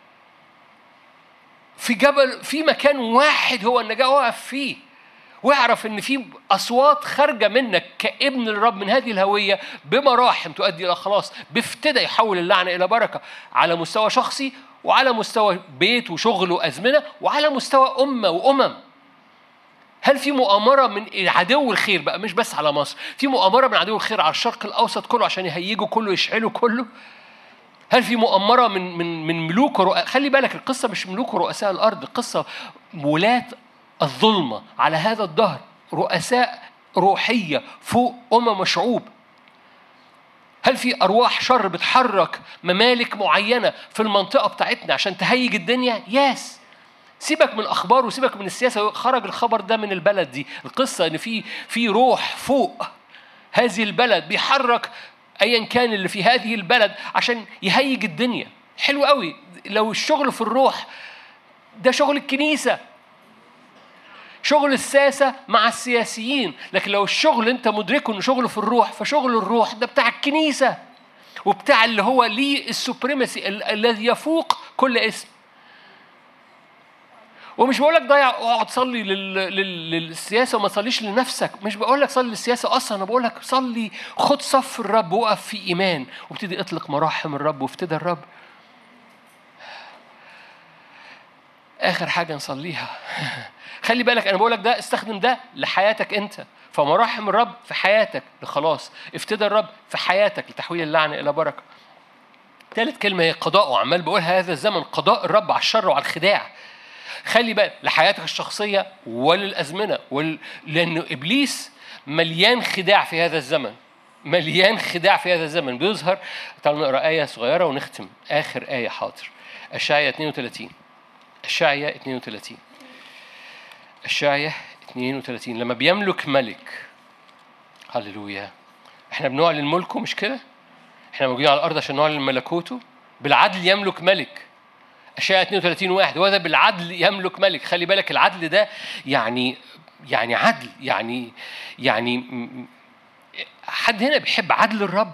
في جبل، في مكان واحد هو النجاة، وقف فيه واعرف ان في اصوات خارجه منك كابن الرب من هذه الهويه بمراحم تؤدي الى خلاص، بافتدى يحول اللعنه الى بركه على مستوى شخصي، وعلى مستوى بيت وشغل وازمنه، وعلى مستوى امه وامم. هل في مؤامرة من عدو الخير بقى، مش بس على مصر، في مؤامرة من عدو الخير على الشرق الأوسط كله عشان يهيجوا كله، يشعلوا كله؟ هل في مؤامرة من من من ملوك ورؤساء؟ خلي بالك القصة مش ملوك ورؤساء الأرض، القصة ولاة الظلمة على هذا الدهر، رؤساء روحية فوق أمم وشعوب. هل في أرواح شر بتحرك ممالك معينة في المنطقة بتاعتنا عشان تهيج الدنيا؟ ياس. سيبك من الأخبار وسيبك من السياسة. خرج الخبر ده من البلد دي. القصة إن في في روح فوق هذه البلد بيحرك أيا كان اللي في هذه البلد عشان يهيج الدنيا. حلو قوي. لو الشغل في الروح ده شغل الكنيسة، شغل الساسة مع السياسيين. لكن لو الشغل أنت مدركه إنه شغله في الروح، فشغل الروح ده بتاع الكنيسة وبتاع اللي هو ليه السوبريمسي الذي يفوق كل اسم. ومش بقول لك ضيع اقعد صلي لل... لل... للسياسه وما تصليش لنفسك. مش بقول لك صلي للسياسه اصلا، انا بقول لك صلي، خد صف الرب، وقف في ايمان، وابتدي اطلق مراحم الرب وافتدى الرب. اخر حاجه نصليها خلي بالك انا بقول لك ده، استخدم ده لحياتك انت. فمراحم الرب في حياتك لخلاص، افتدى الرب في حياتك لتحويل اللعنه الى بركه. ثالث كلمه هي قضاء، وعمال بقولها هذا الزمن، قضاء الرب على الشر وعلى الخداع. خلي بالك لحياتك الشخصية وللأزمنة وال... لأن إبليس مليان خداع في هذا الزمن. مليان خداع في هذا الزمن بيظهر. تعالوا نقرأ آية صغيرة ونختم. آخر آية حاضر. أشعياء اثنين وثلاثين. أشعياء اثنين وثلاثين. أشعياء اثنين وثلاثين. لما بيملك ملك، هللويا، احنا بنعلن ملكه مش كده؟ احنا موجودين على الأرض عشان نعلن ملكوته. بالعدل يملك ملك. أشعياء اثنين وثلاثين واحد. وهذا بالعدل يملك ملك. خلي بالك العدل ده يعني يعني عدل، يعني يعني حد هنا بيحب عدل الرب؟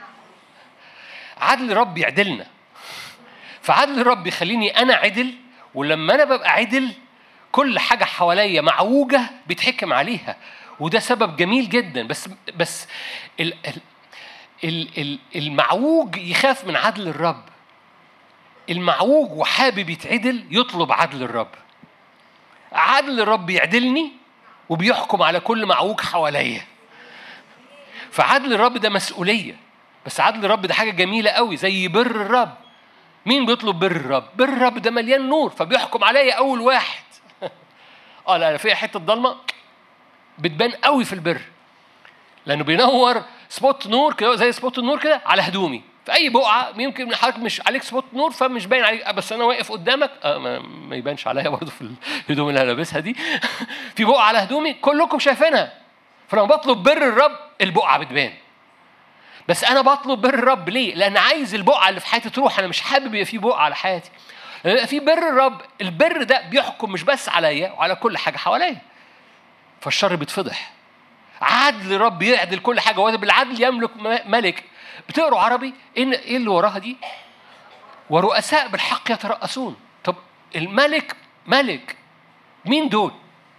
عدل الرب يعدلنا. فعدل الرب يخليني أنا عدل، ولما أنا ببقى عدل كل حاجة حواليا معوجة بيتحكم عليها، وده سبب جميل جدا. بس بس ال ال المعوج يخاف من عدل الرب. المعوج وحابب يتعدل يطلب عدل الرب. عدل الرب يعدلني وبيحكم على كل معوج حواليا. فعدل الرب ده مسؤولية، بس عدل الرب ده حاجة جميلة قوي زي بر الرب. مين بيطلب بر الرب؟ بر الرب ده مليان نور فبيحكم عليا أول واحد. آه لا فيها حتة ضلمة بتبان قوي في البر، لأنه بينور سبوت نور كده زي سبوت النور كده على هدومي. في أي بقعة يمكن حضرتك مش عليك سبوت نور فمش باين عليك، بس أنا واقف قدامك آه ما, ما يبانش عليا برضو في الهدوم اللي أنا لابسها دي. في بقعة على هدومي كلكم شايفينها، فلما بطلب بر الرب البقعة بتبان. بس أنا بطلب بر الرب ليه؟ لأن عايز البقعة اللي في حياتي تروح. أنا مش حابب يبقى في بقعة على حياتي. يبقى في بر الرب. البر ده بيحكم مش بس عليا وعلى كل حاجة حواليا، فالشر بيتفضح. عدل الرب يعدل كل حاجة، وهذا بالعدل يملك ملك. بتقروا عربي إيه اللي وراها دي؟ ورؤساء بالحق يترأسون. طب الملك ملك، مين دول؟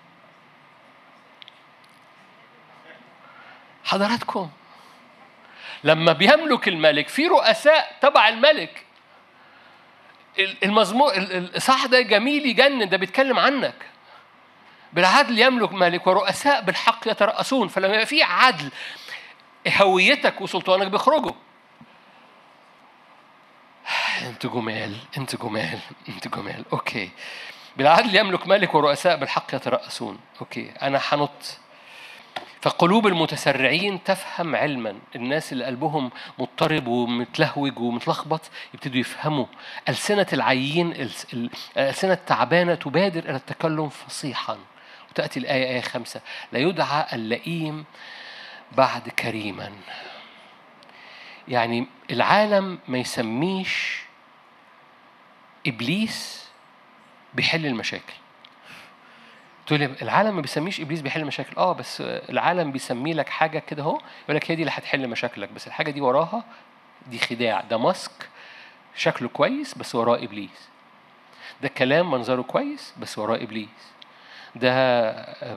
حضراتكم لما بيملك الملك في رؤساء تبع الملك. المزمور الصح ده جميل يجنن، ده بيتكلم عنك. بالعدل يملك ملك ورؤساء بالحق يترأسون. فلما يبقى في عدل هويتك وسلطانك بيخرجوا. انت جمال انت جمال انت جمال. اوكي. بالعدل يملك ملك ورؤساء بالحق يترأسون. اوكي انا حنط. فقلوب المتسرعين تفهم علما. الناس اللي قلبهم مضطرب ومتلهوج ومتلخبط يبتدوا يفهموا. ألسنة العيين الألسنة التعبانة تبادر إلى التكلم فصيحا. وتأتي الآية آية خمسة. لا يدعى اللئيم بعد كريما. يعني العالم ما يسميش إبليس بيحل المشاكل. تقول العالم ما بيسميش إبليس بيحل مشاكل. آه بس العالم بيسمي لك حاجة كده هو، يقول لك هي دي اللي هتحل مشاكلك، بس الحاجة دي وراها دي خداع. ده ماسك شكله كويس بس وراه إبليس. ده كلام منظره كويس بس وراه إبليس. ده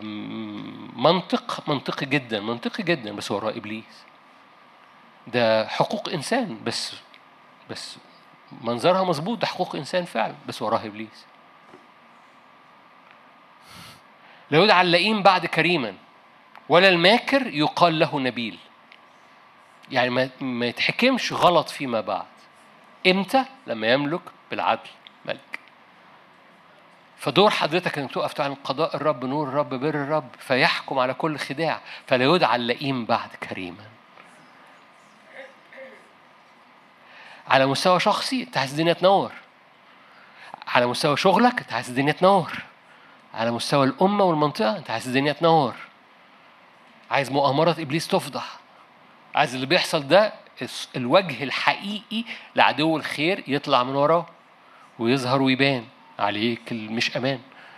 منطق منطقي جدا منطقي جدا بس وراه إبليس. ده حقوق إنسان بس بس منظرها مظبوط، ده حقوق إنسان فعلا بس وراه إبليس. لا يدعى اللئيم بعد كريما ولا الماكر يقال له نبيل. يعني ما ما يتحكمش غلط فيما بعد. امتى؟ لما يملك بالعدل ملك. فدور حضرتك انك تقف تعلن قضاء الرب، نور الرب، بر الرب، فيحكم على كل خداع. فلا يدعى اللئيم بعد كريما. على مستوى شخصي انت عايز الدنيا تنور. على مستوى شغلك انت عايز الدنيا تنور. على مستوى الأمة والمنطقة انت عايز الدنيا تنور. عايز مؤامرة إبليس تفضح. عايز اللي بيحصل ده الوجه الحقيقي لعدو الخير يطلع من وراه ويظهر ويبان عليك مش أمان.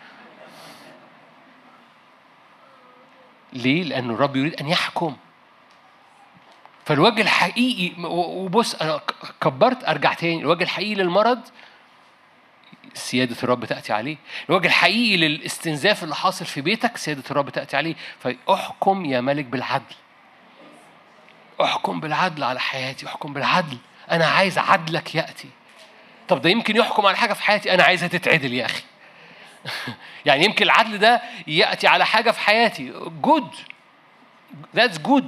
ليه؟ لأن الرب يريد أن يحكم. فالوجه الحقيقي، وبص أنا كبرت أرجع تاني، الوجه الحقيقي للمرض سيادة الرب تأتي عليه. الوجه الحقيقي للاستنزاف اللي حاصل في بيتك سيادة الرب تأتي عليه. فأحكم يا ملك بالعدل. أحكم بالعدل على حياتي. أحكم بالعدل. أنا عايز عدلك يأتي. طب ده يمكن يحكم على حاجة في حياتي أنا عايزها تتعدل يا أخي. يعني يمكن العدل ده يأتي على حاجة في حياتي good that's good.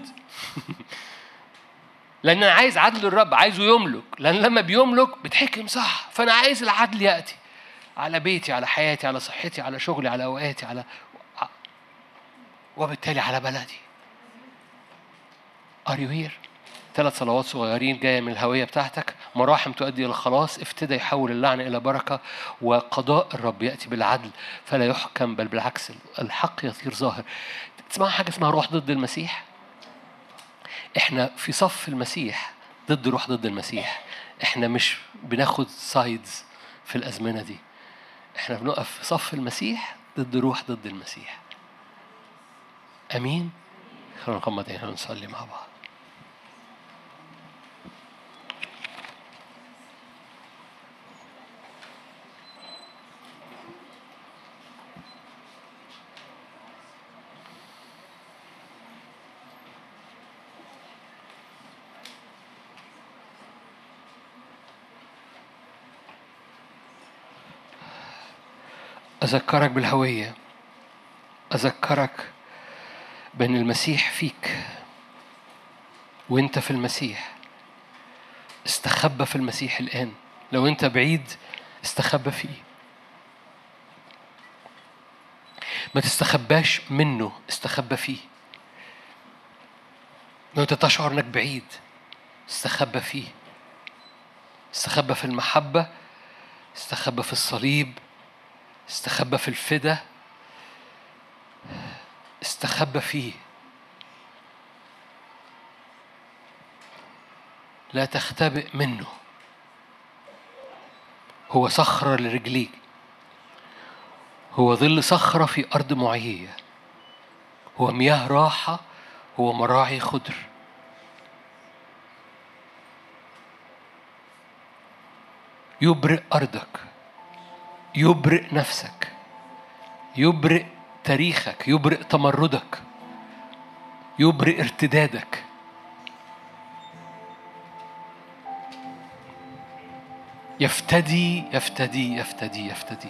لأن أنا عايز عدل الرب، عايزه يملك. لأن لما بيملك بتحكم صح. فأنا عايز العدل يأتي على بيتي، على حياتي، على صحتي، على شغلي، على أوقاتي، على وبالتالي على بلدي. Are you here؟ ثلاث صلوات صغيرين جاية من الهوية بتاعتك. مراحم تؤدي إلى الخلاص، افتدى يحول اللعنة إلى بركة، وقضاء الرب يأتي بالعدل فلا يحكم بل بالعكس الحق يصير ظاهر. تسمع حاجة اسمها روح ضد المسيح؟ احنا في صف المسيح ضد روح ضد المسيح. احنا مش بناخد سايدز في الأزمنة دي، احنا بنقف في صف المسيح ضد روح ضد المسيح. أمين. خلونا نغمض عينينا ونصلي مع بعض. أذكرك بالهوية، أذكرك بأن المسيح فيك وأنت في المسيح. استخبى في المسيح الآن. لو أنت بعيد استخبى فيه، ما تستخباش منه، استخبى فيه. لو أنت تشعر أنك بعيد استخبى فيه، استخبى في المحبة، استخبى في الصليب، استخبى في الفدا، استخبى فيه. لا تختبئ منه. هو صخرة لرجليك، هو ظل صخرة في أرض معيية، هو مياه راحة، هو مراعي خضر. يبرئ أرضك، يبرئ نفسك، يبرئ تاريخك، يبرئ تمردك، يبرئ ارتدادك. يفتدي يفتدي يفتدي يفتدي.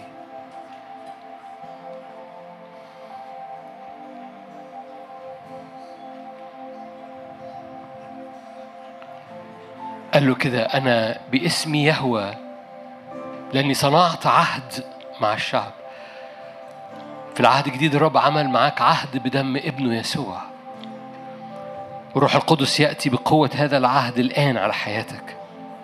قال له كده: أنا باسمي يهوى لأني صنعت عهد مع الشعب. في العهد الجديد الرب عمل معاك عهد بدم ابنه يسوع، وروح القدس يأتي بقوة هذا العهد الآن على حياتك.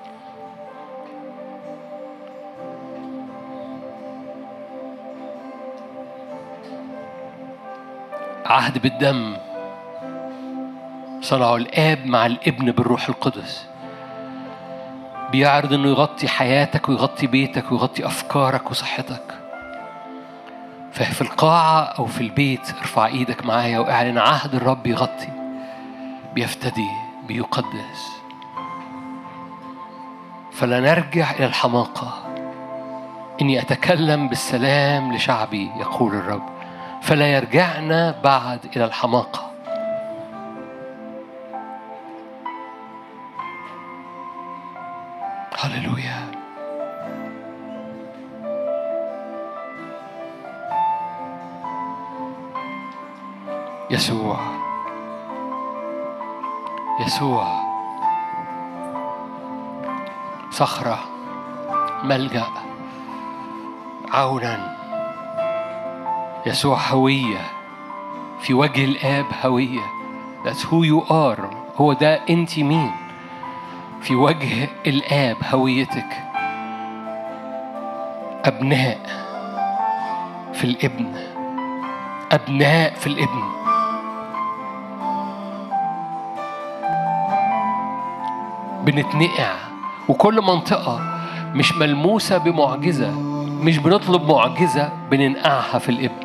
عهد بالدم صنعه الآب مع الابن بالروح القدس، بيعرض إنه يغطي حياتك ويغطي بيتك ويغطي أفكارك وصحتك. ففي القاعة أو في البيت ارفع إيدك معايا واعلن: عهد الرب يغطي، بيفتدي، بيقدس. فلا نرجع إلى الحماقة. إني أتكلم بالسلام لشعبي يقول الرب، فلا يرجعنا بعد إلى الحماقة. هللويا. يسوع يسوع صخرة، ملجأ، عونا. يسوع هوية في وجه الآب، هوية. That's who you are. هو ده أنت مين في وجه الآب. هويتك أبناء في الابن، أبناء في الابن. بنتنقع، وكل منطقة مش ملموسة بمعجزة، مش بنطلب معجزة، بننقعها في الابن.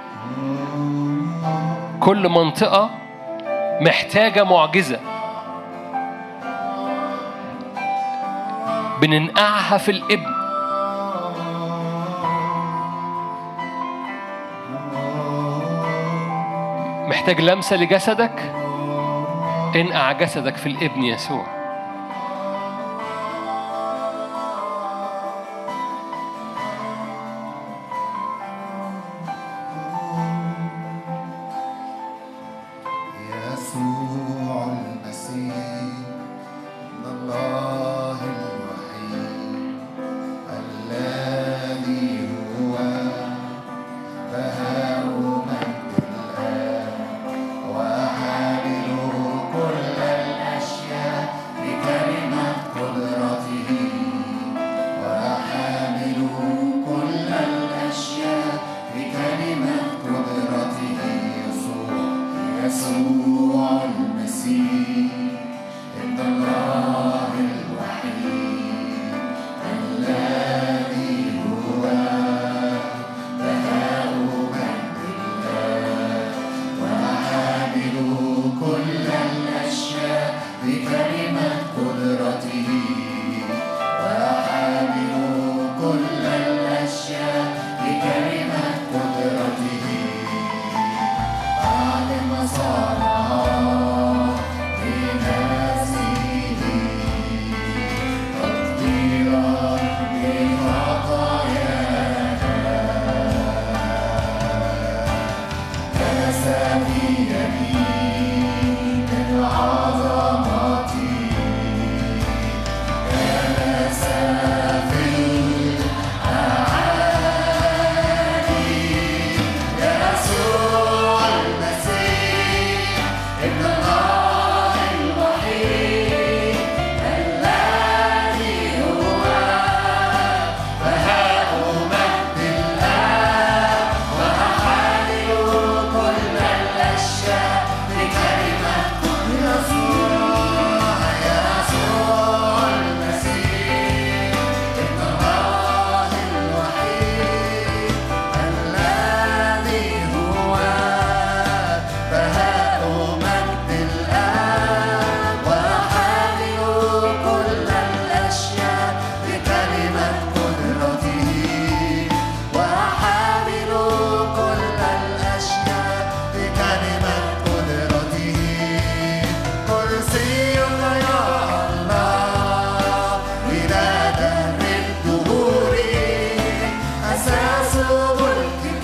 كل منطقة محتاجة معجزة، بننقعها في الابن. محتاج لمسة لجسدك، انقع جسدك في الابن يسوع. كل بكلمة قدرته وحامل كل الأشياء بكلمة قدرته أعلم صنعه بنفسه تقديرا لخطايانا جلس في يمين العظمة جلس في الأعالي يسوع المسيح ابن الله الوحيد الذي هو بهاء مجد الآب وحامل كل الأشياء بكلمة يسوع يسوع المسيح ابن الله الوحيد الذي هو بهاء مجد الآب وحامل كل الأشياء بكلمة قدرته وحامل كل الأشياء بكلمة قدرته كرسيك يا الله إلى دهر الدهور أساس ملكك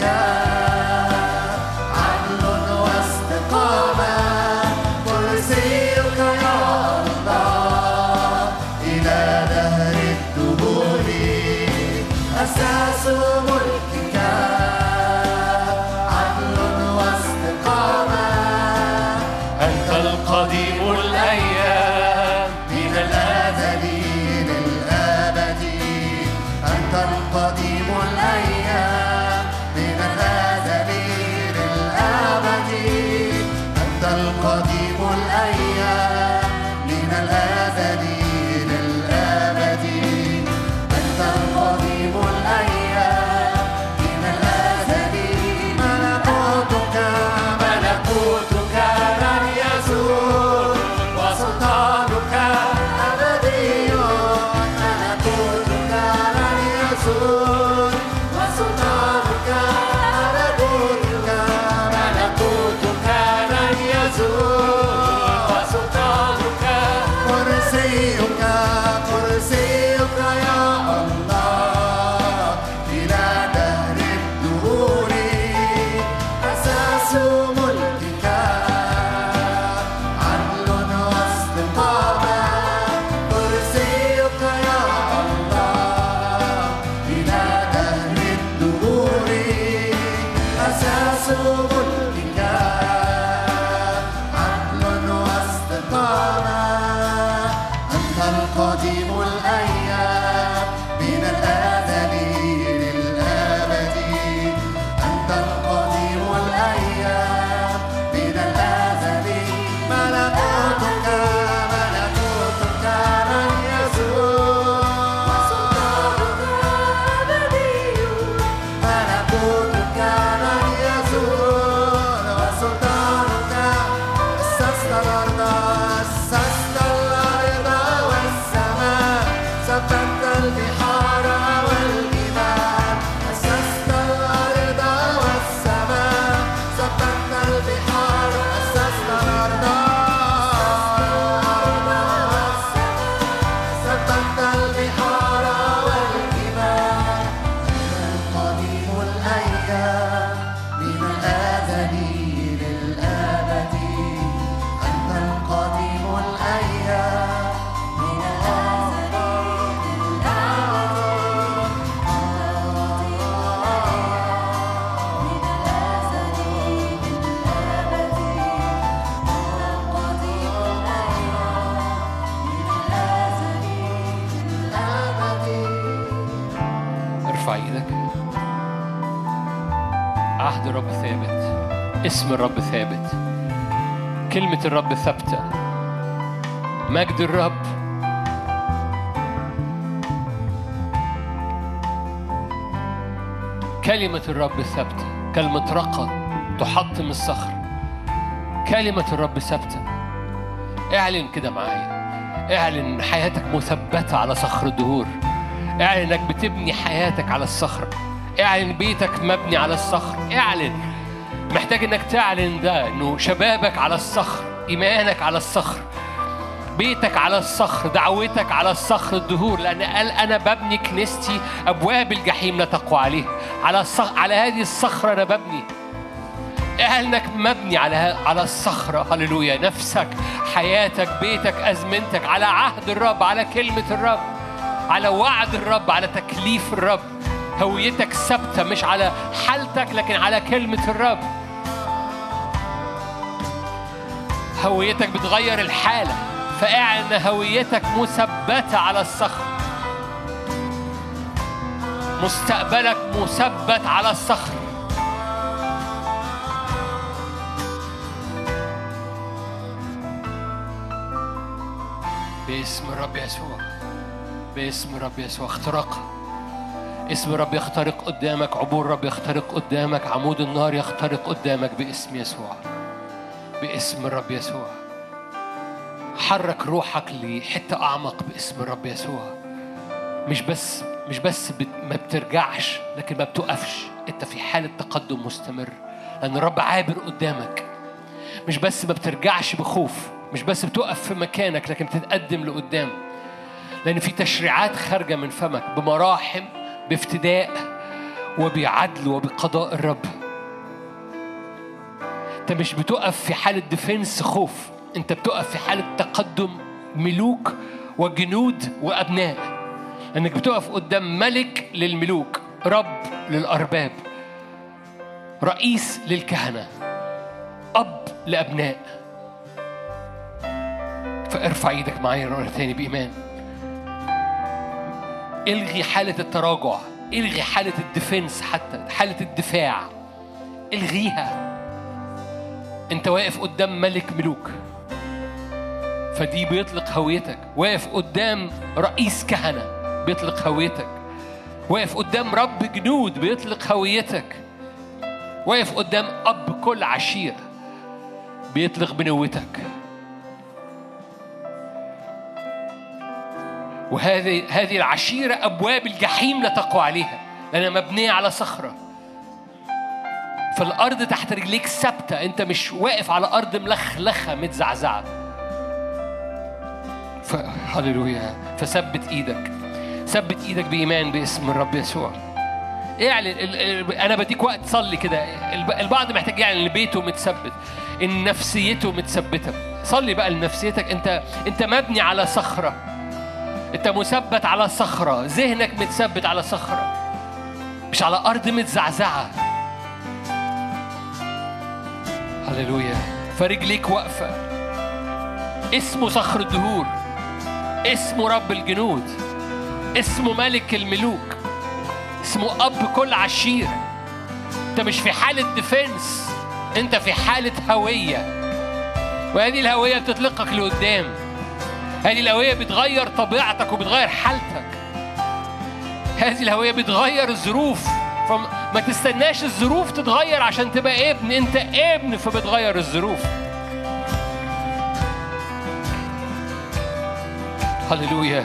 عدل واستقامة كرسيك يا الله إلى دهر الدهور أساس ملكك عدل واستقامة أنت القديم الأيام من الأزل للأبد أنت القديم الأيام من الأزل للأبد أنت القديم الأيام من الأزل للأبد أنت القديم الأيام من الأزل ملكوتك ملكوتك لن يزول وسلطانك أبدي ملكوتك لن يزول وسلطانك ملكوتك ملكوتك لن يزول وسلطانك كرسيك كرسيك يا الله إلى دهر الدهور أساس ملكك عدل واستقامة كرسيك يا الله إلى دهر الدهور أساس ملكك عدل واستقامة أنت القديم الأيام من الأزل للأبد أنت القديم الأيام من الأزل ملكوتك ملكوتك لن يزول وسلطانك أبدي ملكوتك لن يزول وسلطانك أسست الأرض أسست الأرض والسماء ثبتت البحار والجبال أسست الأرض والسماء ثبتت البحار أسست الأرض ثبتت البحار والجبال أنت القديم الأيام من الأزل للأبد أنت القديم الأيام من الأزل ارفع ايدك. عهد الرب ثابت، اسم الرب ثابت، كلمة الرب ثابتة، مجد الرب كلمة الرب ثابتة كالمطرقة تحطم الصخر. كلمة الرب ثابتة اعلن كده معايا. اعلن ان حياتك مثبتة على صخر الدهور. اعلن انك بتبني حياتك على الصخرة. اعلن بيتك مبني على الصخر. اعلن، محتاج انك تعلن ده، انه شبابك على الصخر، ايمانك على الصخر، بيتك على الصخر، دعوتك على الصخر الدهور. لأن قال أنا ببني كنيستي أبواب الجحيم لا تقوى عليها. على الصخر، على هذه الصخرة أنا ببني. إنك مبني على على الصخرة. هللويا. نفسك، حياتك، بيتك، أزمنتك على عهد الرب، على كلمة الرب، على وعد الرب، على تكليف الرب. هويتك ثابتة مش على حالتك لكن على كلمة الرب. هويتك بتغير الحالة، فاعلن هويتك مثبتة على الصخر. مستقبلك مثبت على الصخر. باسم الرب يسوع، باسم الرب يسوع. اختراق، اسم الرب يخترق قدامك، عبور الرب يخترق قدامك، عمود النار يخترق قدامك باسم يسوع، باسم الرب يسوع. حرك روحك لحتة أعمق باسم الرب يسوع. مش بس مش بس بت... ما بترجعش لكن ما بتوقفش. أنت في حالة تقدم مستمر لأن الرب عابر قدامك. مش بس ما بترجعش بخوف، مش بس بتوقف في مكانك لكن بتتقدم لقدام، لأن في تشريعات خارجة من فمك بمراحم، بافتداء وبعدل وبقضاء الرب. أنت مش بتوقف في حالة ديفنس خوف، أنت بتقف في حالة تقدم ملوك وجنود وأبناء، لأنك بتقف قدام ملك للملوك، رب للأرباب، رئيس للكهنة، أب لأبناء. فارفع ايدك معايا مرة تاني بإيمان. الغي حالة التراجع، الغي حالة الديفنس، حتى حالة الدفاع الغيها. أنت واقف قدام ملك ملوك، فدي بيطلق هويتك. واقف قدام رئيس كهنة بيطلق هويتك. واقف قدام رب جنود بيطلق هويتك. واقف قدام أب كل عشيرة بيطلق بنوتك. وهذه هذه العشيرة أبواب الجحيم لا تقوى عليها لأنها مبنية على صخرة. فالأرض تحت رجليك ثابتة، أنت مش واقف على أرض ملخلخة متزعزعة. هللويا. فثبت إيدك، ثبت إيدك بإيمان باسم الرب يسوع. اعلن. أنا بديك وقت صلي كده. البعض محتاج يعلن يعني بيته متثبت، إن نفسيته متثبتة. صلي بقى لنفسيتك. أنت أنت مبني على صخرة، أنت مثبت على صخرة، ذهنك متثبت على صخرة مش على أرض متزعزعة. هللويا. فرجليك واقفة. اسمه صخر الدهور، اسمه رب الجنود، اسمه ملك الملوك، اسمه أب كل عشير. أنت مش في حالة ديفنس، أنت في حالة هوية، وهذه الهوية بتطلقك لقدام. هذه الهوية بتغير طبيعتك وبتغير حالتك. هذه الهوية بتغير الظروف، فما تستناش الظروف تتغير عشان تبقى ابن. أنت ابن فبتغير الظروف. هللويا.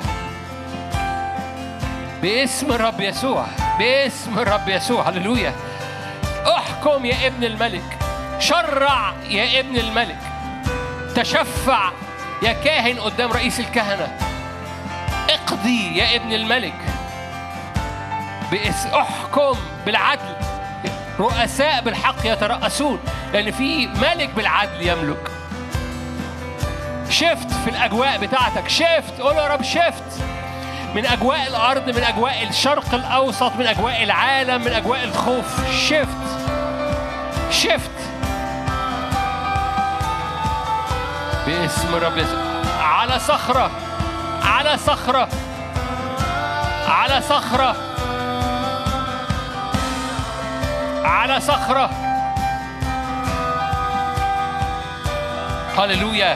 باسم الرب يسوع، باسم الرب يسوع. هللويا. احكم يا ابن الملك، شرع يا ابن الملك، تشفع يا كاهن قدام رئيس الكهنة، اقضي يا ابن الملك. باسم احكم بالعدل، رؤساء بالحق يترأسون، لأن في ملك بالعدل يملك. شفت في الأجواء بتاعتك، شفت. قول يا رب شفت من أجواء الأرض، من أجواء الشرق الأوسط، من أجواء العالم، من أجواء الخوف. شفت شفت باسم رب يسوع. على صخرة، على صخرة، على صخرة، على صخرة. هللويا.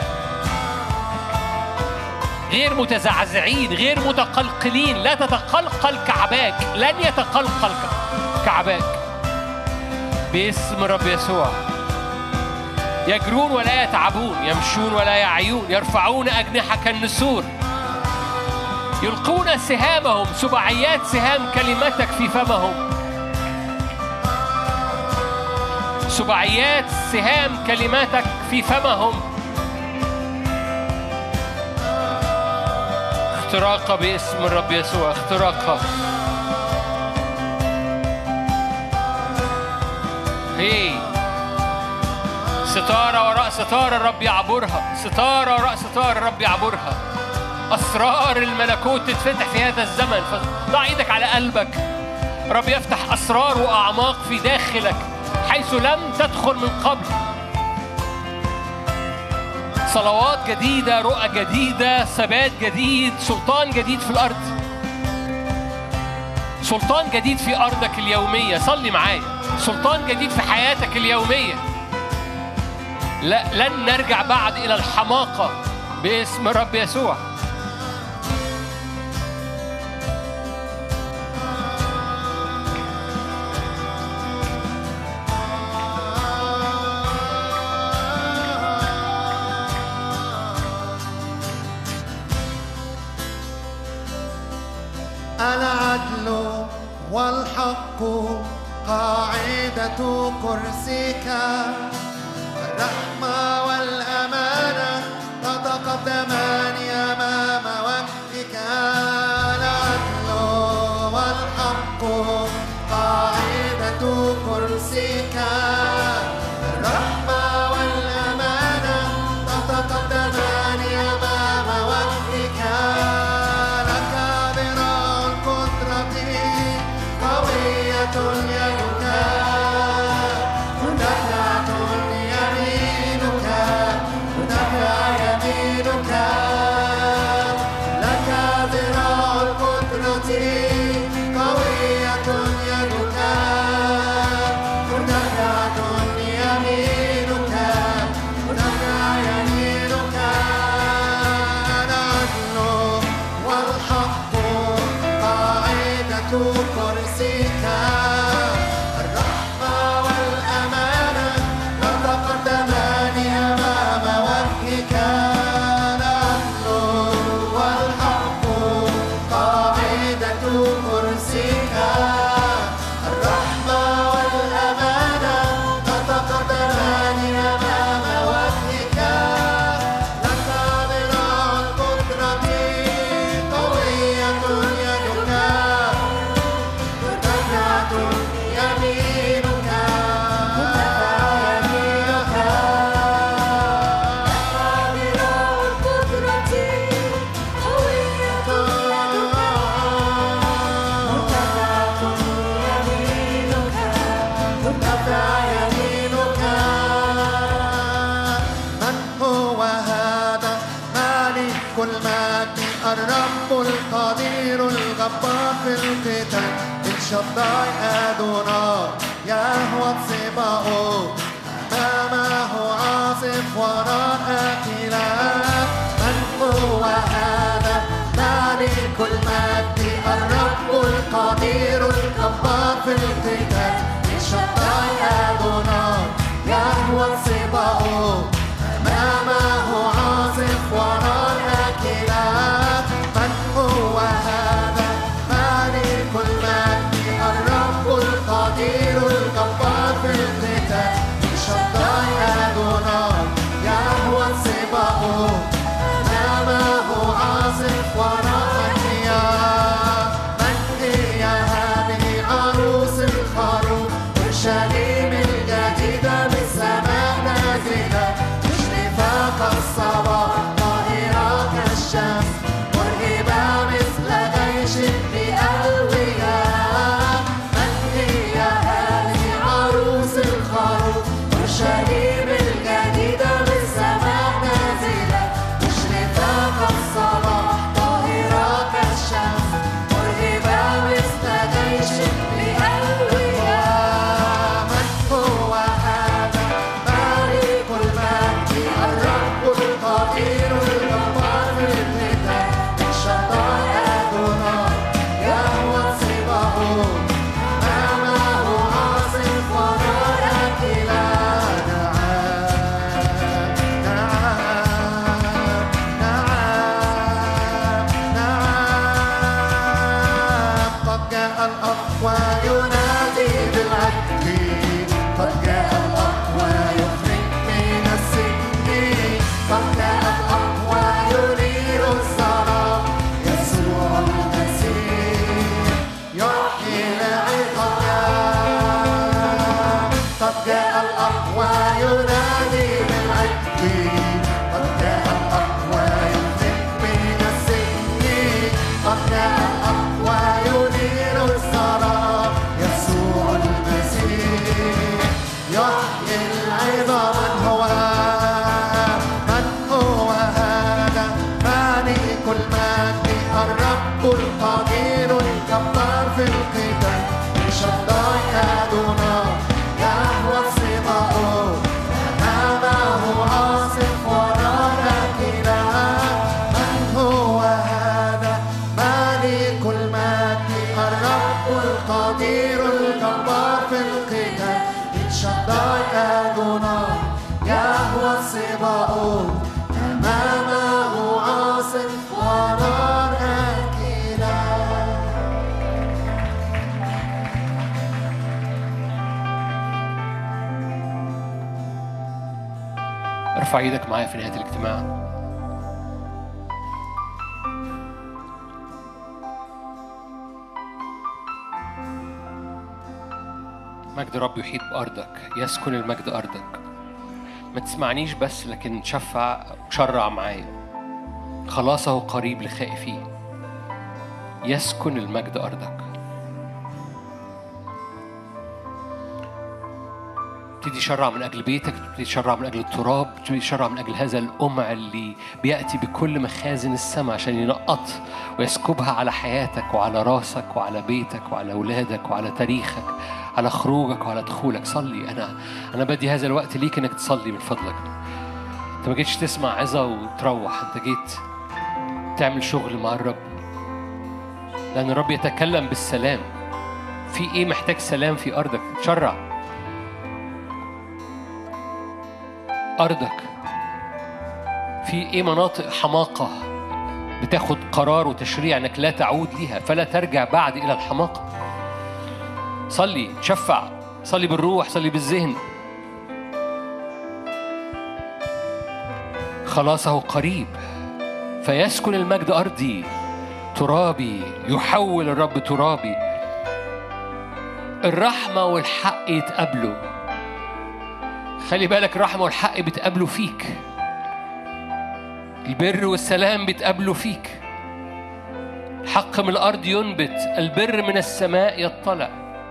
غير متزعزعين، غير متقلقلين. لا تتقلقل كعباك، لن يتقلقل كعباك باسم رب يسوع. يجرون ولا يتعبون، يمشون ولا يعيون، يرفعون أجنحة كالنسور، يلقون سهامهم، سبعيات سهام كلمتك في فمهم، سبعيات سهام كلماتك في فمهم. اختراقها باسم الرب يسوع، اختراقها. هي ستارة وراء ستارة الرب يعبرها، ستارة وراء ستارة الرب يعبرها. أسرار الملكوت تتفتح في هذا الزمن. فضع ايدك على قلبك، رب يفتح أسرار وأعماق في داخلك حيث لم تدخل من قبل. صلوات جديدة، رؤى جديدة، ثبات جديد، سلطان جديد في الأرض، سلطان جديد في أرضك اليومية. صلي معايا، سلطان جديد في حياتك اليومية. لا، لن نرجع بعد إلى الحماقة باسم الرب يسوع. العدل والحق قاعدة كرسيك، الرحمة والأمانة تتقدمان أمام وجهك. العدل والحق قاعدة كرسيك، الرحمة والأمانة تتقدمان أمام وجهك. لك ذراع القدرة قوية يدك، مدفعة يمينك، مدفع يمينك. لك ذراع القدرة قوية يدك، مدفعة يمينك، مدفع يمينك. العدل والحق قاعدة كرسيك، الرحمة والأمانة تتقدمان أمام وجهك. العدل والحق قاعدة كرسيك، الرحمة والأمانة تتقدمان أمام وجهك. لك ذراع القدرة قوية يدك، مدفعة يمينك، مدفع يمينك. ذراع القدرة قوية يدك، مدفعة يمينك، مدفع يمينك. من هو هذا مالك المجد، الرب القدير الجبار في القتال، الشداي أدوناي يهوى الصباؤوت، أمامه عاصف ونار آكلات. من هو هذا مالك المجد، الرب القدير الجبار في القتال، الشداي أدوناي يهوى الصباؤوت، أمامه عاصف ونار آكلات. من هو هذا مالك المجد، الرب القدير الجبار في القتال، الشداي أدوناي يهوى الصباؤوت، أمامه عاصف ونار آكلات. من هي هذه عروس وينادي بالعدل قد جاء الأقوى يخرج من السجن قد جاء الأقوى ينير الظلام يسوع المسيح يحيي العظام قد جاء الأقوى ينادي بالعدل قد جاء الأقوى يخرج من السجن قد جاء الأقوى ينير الظلام يسوع المسيح يحيي العظام. من هو من هو هذا مالك المجد الرب القدير الجبار في القتال شداي أدوناي يهوى الصباؤوت أمامه عاصف وناركنا. من هو هذا مالك المجد الرب القدير الجبار في القتال شداي أدوناي يهوى الصباؤوت أمامه عاصف ونار أكيدا. ارفع ايدك معايا في نهاية الاجتماع. مجد رب يحيط بأرضك، يسكن المجد أرضك. ما تسمعنيش بس لكن تشفع وشرع معايا. خلاصه قريب لخائفين، يسكن المجد أرضك. تبتدي تشرع من أجل بيتك، تبتدي تشرع من أجل التراب، تبتدي تشرع من أجل هذا القمع اللي بيأتي بكل مخازن السماء عشان ينقط ويسكبها على حياتك وعلى راسك وعلى بيتك وعلى أولادك وعلى تاريخك، على خروجك وعلى دخولك. صلي. أنا أنا بدي هذا الوقت ليك إنك تصلي من فضلك. أنت ما جيتش تسمع عظة وتروح، أنت جيت تعمل شغل مع الرب، لأن الرب يتكلم بالسلام. في إيه محتاج سلام في أرضك؟ تشرع أرضك. في إيه مناطق حماقة بتاخد قرار وتشريع أنك لا تعود ليها، فلا ترجع بعد إلى الحماقة. صلي، شفع، صلي بالروح، صلي بالذهن. خلاصه قريب فيسكن المجد أرضي. ترابي يحول الرب ترابي. الرحمة والحق يتقابلوا. خلي بالك، الرحمة والحق بيتقابلوا فيك. البر والسلام بيتقابلوا فيك. الحق من الأرض ينبت، البر من السماء يطلع.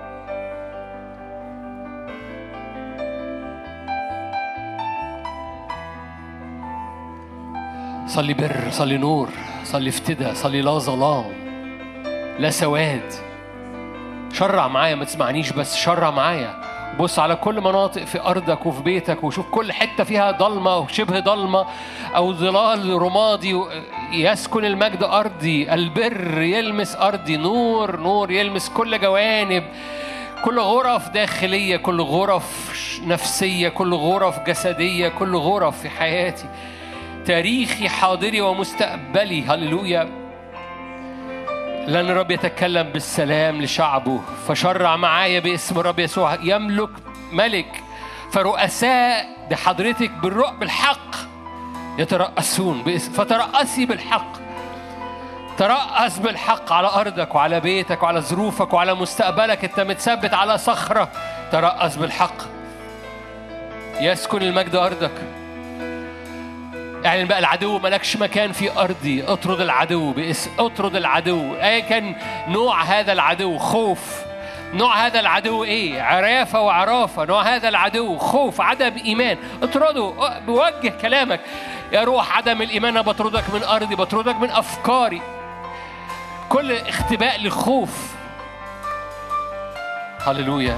صلي بر، صلي نور، صلي افتدى، صلي لا ظلام لا سواد. شرع معايا، ما تسمعنيش بس شرع معايا. بص على كل مناطق في أرضك وفي بيتك وشوف كل حتة فيها ضلمة أو شبه ضلمة أو ظلال رمادي. يسكن المجد أرضي، البر يلمس أرضي، نور نور يلمس كل جوانب، كل غرف داخلية، كل غرف نفسية، كل غرف جسدية، كل غرف في حياتي، تاريخي حاضري ومستقبلي. هللويا. لأن الرب يتكلم بالسلام لشعبه. فشرع معايا باسم الرب يسوع. يملك ملك، فرؤساء بحضرتك بالرؤ بالحق يترأسون باسم. فترأسي بالحق، ترأس بالحق على أرضك وعلى بيتك وعلى ظروفك وعلى مستقبلك. أنت متثبت على صخرة، ترأس بالحق. يسكن المجد أرضك. يعني بقى العدو ملكش مكان في أرضي. اطرد العدو باسم، اطرد العدو أي كان نوع هذا العدو. خوف. نوع هذا العدو إيه؟ عرافة وعرافة. نوع هذا العدو خوف، عدم إيمان. اطرده. بوجه كلامك يا روح عدم الإيمان، أنا بطردك من أرضي، بطردك من أفكاري. كل اختباء لخوف. هللويا.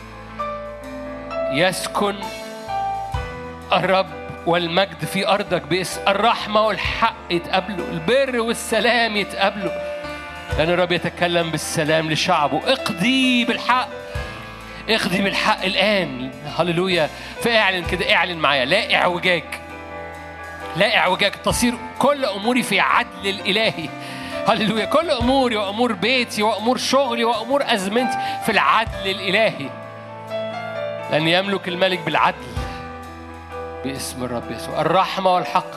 يسكن الرب والمجد في أرضك باسم. الرحمة والحق يتقابلوا، البر والسلام يتقابلوا، لأن الرب يتكلم بالسلام لشعبه. اقضي بالحق، اقضي بالحق الآن. هللويا. فاعلن كده، اعلن معايا. لا اعوجاج، لا اعوجاج. تصير كل أموري في عدل الإلهي. هللويا. كل أموري وأمور بيتي وأمور شغلي وأمور أزمنتي في العدل الإلهي، لأن يملك الملك بالعدل باسم الرب يسوع. الرحمة والحق.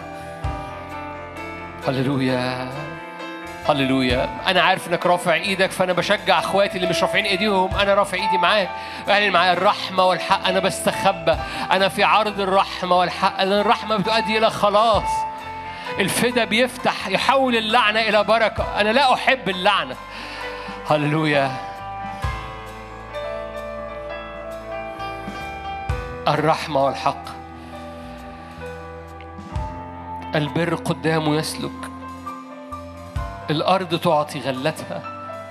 هللويا هللويا. أنا عارف إنك رافع إيدك، فأنا بشجع أخواتي اللي مش رافعين إيديهم، أنا رافع إيدي معاك. أعلن معايا الرحمة والحق. أنا بستخبى، أنا في عرض الرحمة والحق، لأن الرحمة بتؤدي إلى خلاص. الفدا بيفتح، يحول اللعنة إلى بركة. أنا لا أحب اللعنة. هللويا. الرحمة والحق. البر قدامه يسلك. الأرض تعطي غلتها.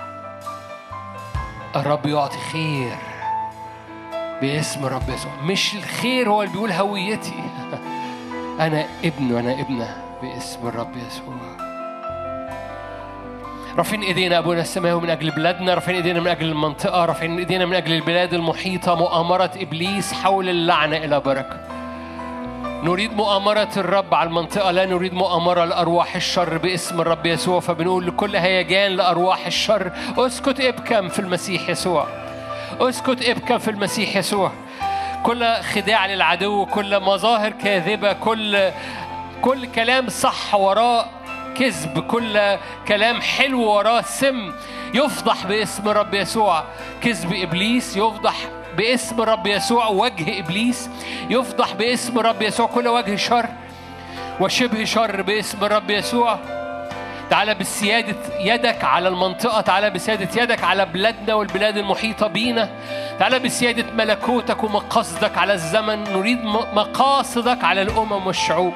الرب يعطي خير باسم الرب يسوع. مش الخير هو اللي بيقول هويتي، أنا ابن وأنا ابنة باسم الرب يسوع. رافعين ايدينا ابونا السماوي من اجل بلادنا، رافعين ايدينا من اجل المنطقه، رافعين ايدينا من اجل البلاد المحيطه. مؤامره ابليس حول اللعنه الى بركه. نريد مؤامره الرب على المنطقه، لا نريد مؤامره لارواح الشر باسم الرب يسوع. فبنقول لكل هيجان لارواح الشر اسكت ابكم في المسيح يسوع. اسكت ابكم في المسيح يسوع. كل خداع للعدو، كل مظاهر كاذبه، كل كل كلام صح وراء كذب، كل كلام حلو وراه سم يفضح باسم الرب يسوع. كذب إبليس يفضح باسم الرب يسوع، وجه إبليس يفضح باسم الرب يسوع. كل وجه شر وشبه شر باسم الرب يسوع. تعالى بسيادة يدك على المنطقة، تعالى بسيادة يدك على بلادنا والبلاد المحيطة بينا. تعالى بسيادة ملكوتك ومقاصدك على الزمن. نريد مقاصدك على الأمم والشعوب.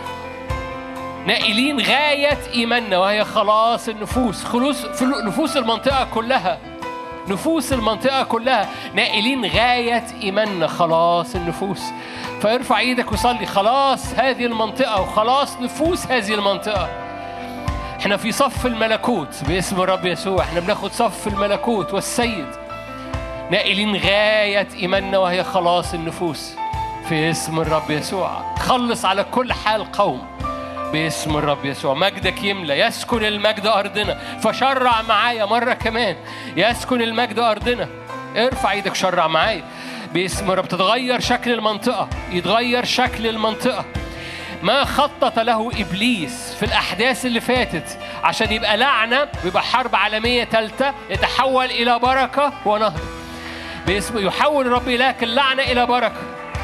نائلين غاية إيماننا وهي خلاص النفوس. خلوص نفوس المنطقة كلها، نفوس المنطقة كلها. نائلين غاية إيماننا خلاص النفوس. فارفع ايدك وصلي خلاص هذه المنطقة وخلاص نفوس هذه المنطقة. احنا في صف الملكوت باسم الرب يسوع. احنا بناخد صف الملكوت والسيد. نائلين غاية إيماننا وهي خلاص النفوس في اسم الرب يسوع. خلص على كل حال قوم باسم الرب يسوع. مجدك يملى. يسكن المجد أرضنا. فشرع معايا مرة كمان. يسكن المجد أرضنا. ارفع ايدك شرع معايا باسم الرب. تتغير شكل المنطقة، يتغير شكل المنطقة. ما خطط له إبليس في الأحداث اللي فاتت عشان يبقى لعنة ويبقى حرب عالمية ثالثة يتحول إلى بركة ونهضة باسم. يحول الرب إلهك اللعنة إلى بركة.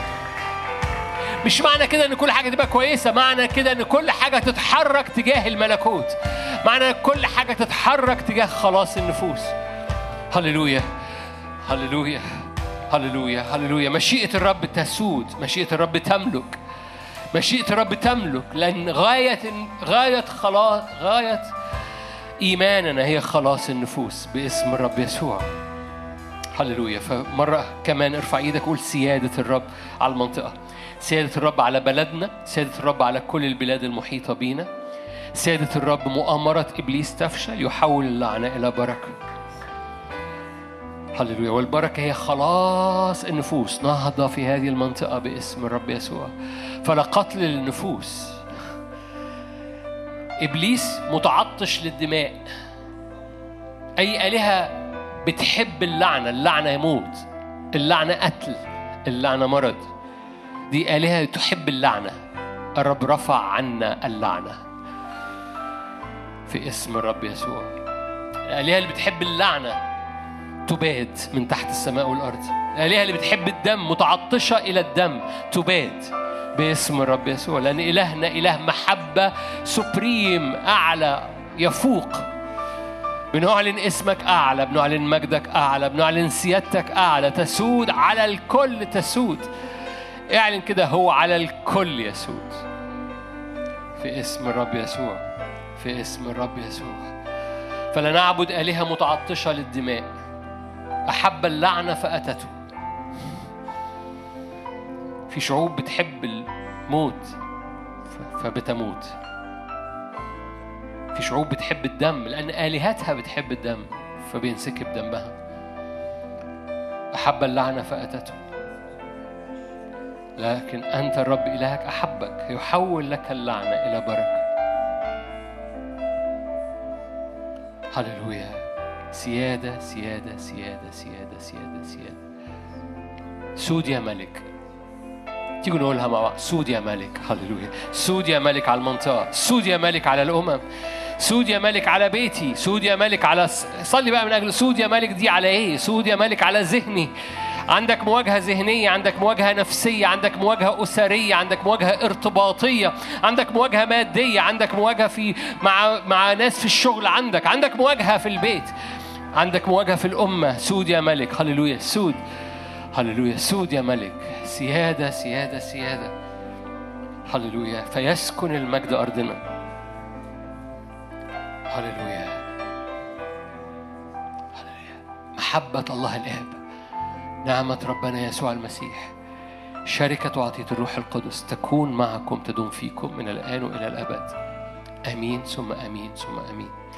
مش معنى كده ان كل حاجه تبقى كويسه، معنى كده ان كل حاجه تتحرك تجاه الملكوت، معنى ان كل حاجه تتحرك تجاه خلاص النفوس. هللويا هللويا هللويا هللويا. مشيئه الرب تسود، مشيئه الرب تملك، مشيئه الرب تملك. لان غايه غايه خلاص غايه ايماننا هي خلاص النفوس باسم الرب يسوع. هللويا. فمره كمان ارفع ايدك قول سياده الرب على المنطقه. سيادة الرب على بلدنا، سيادة الرب على كل البلاد المحيطة بينا. سيادة الرب مؤامرة إبليس تفشل، يحول اللعنة إلى بركة. هللويا. والبركة هي خلاص النفوس. نهضة في هذه المنطقة باسم الرب يسوع. فلا قتل للنفوس. إبليس متعطش للدماء. أي آلهة بتحب اللعنة، اللعنة يموت، اللعنة قتل، اللعنة مرض. دي آلهة تحب اللعنة. الرب رفع عنا اللعنة في اسم الرب يسوع. الآلهة اللي بتحب اللعنة تباد من تحت السماء والأرض. الآلهة اللي بتحب الدم متعطشة إلى الدم تباد باسم الرب يسوع. لأن إلهنا إله محبة سوبريم، أعلى، يفوق. بنعلن اسمك أعلى، بنعلن مجدك أعلى، بنعلن سيادتك أعلى. تسود على الكل، تسود. اعلن كده هو على الكل يسود في اسم الرب يسوع، في اسم الرب يسوع. فلا نعبد آلهة متعطشة للدماء. أحب اللعنة فأتته. في شعوب بتحب الموت فبتموت. في شعوب بتحب الدم لأن آلهتها بتحب الدم فبينسكب دمها. أحب اللعنة فأتته. لكن أنت الرب إلهك أحبك، يحول لك اللعنة إلى بركة. هللويا. سيادة سيادة سيادة سيادة سيادة سيادة. سود يا ملك. تيجوا نقولها مع بعض. سود يا ملك. هللويا. سود يا ملك على المنطقة. سود يا ملك على الأمم. سود يا ملك على بيتي. سود يا ملك على، صلي بقى من أجل سود يا ملك دي على إيه؟ سود يا ملك على ذهني. عندك مواجهة ذهنية، عندك مواجهة نفسية، عندك مواجهة أسرية، عندك مواجهة ارتباطية، عندك مواجهة مادية، عندك مواجهة في مع مع ناس في الشغل، عندك عندك مواجهة في البيت، عندك مواجهة في الأمة. سود يا ملك. هللويا. سود. هللويا. سود يا ملك. سيادة سيادة سيادة. هللويا. فيسكن المجد أرضنا. هللويا. هللويا. محبة الله الآب، نعمة ربنا يسوع المسيح، شركة وعطية الروح القدس تكون معكم، تدوم فيكم من الآن وإلى الأبد. آمين ثم آمين ثم آمين.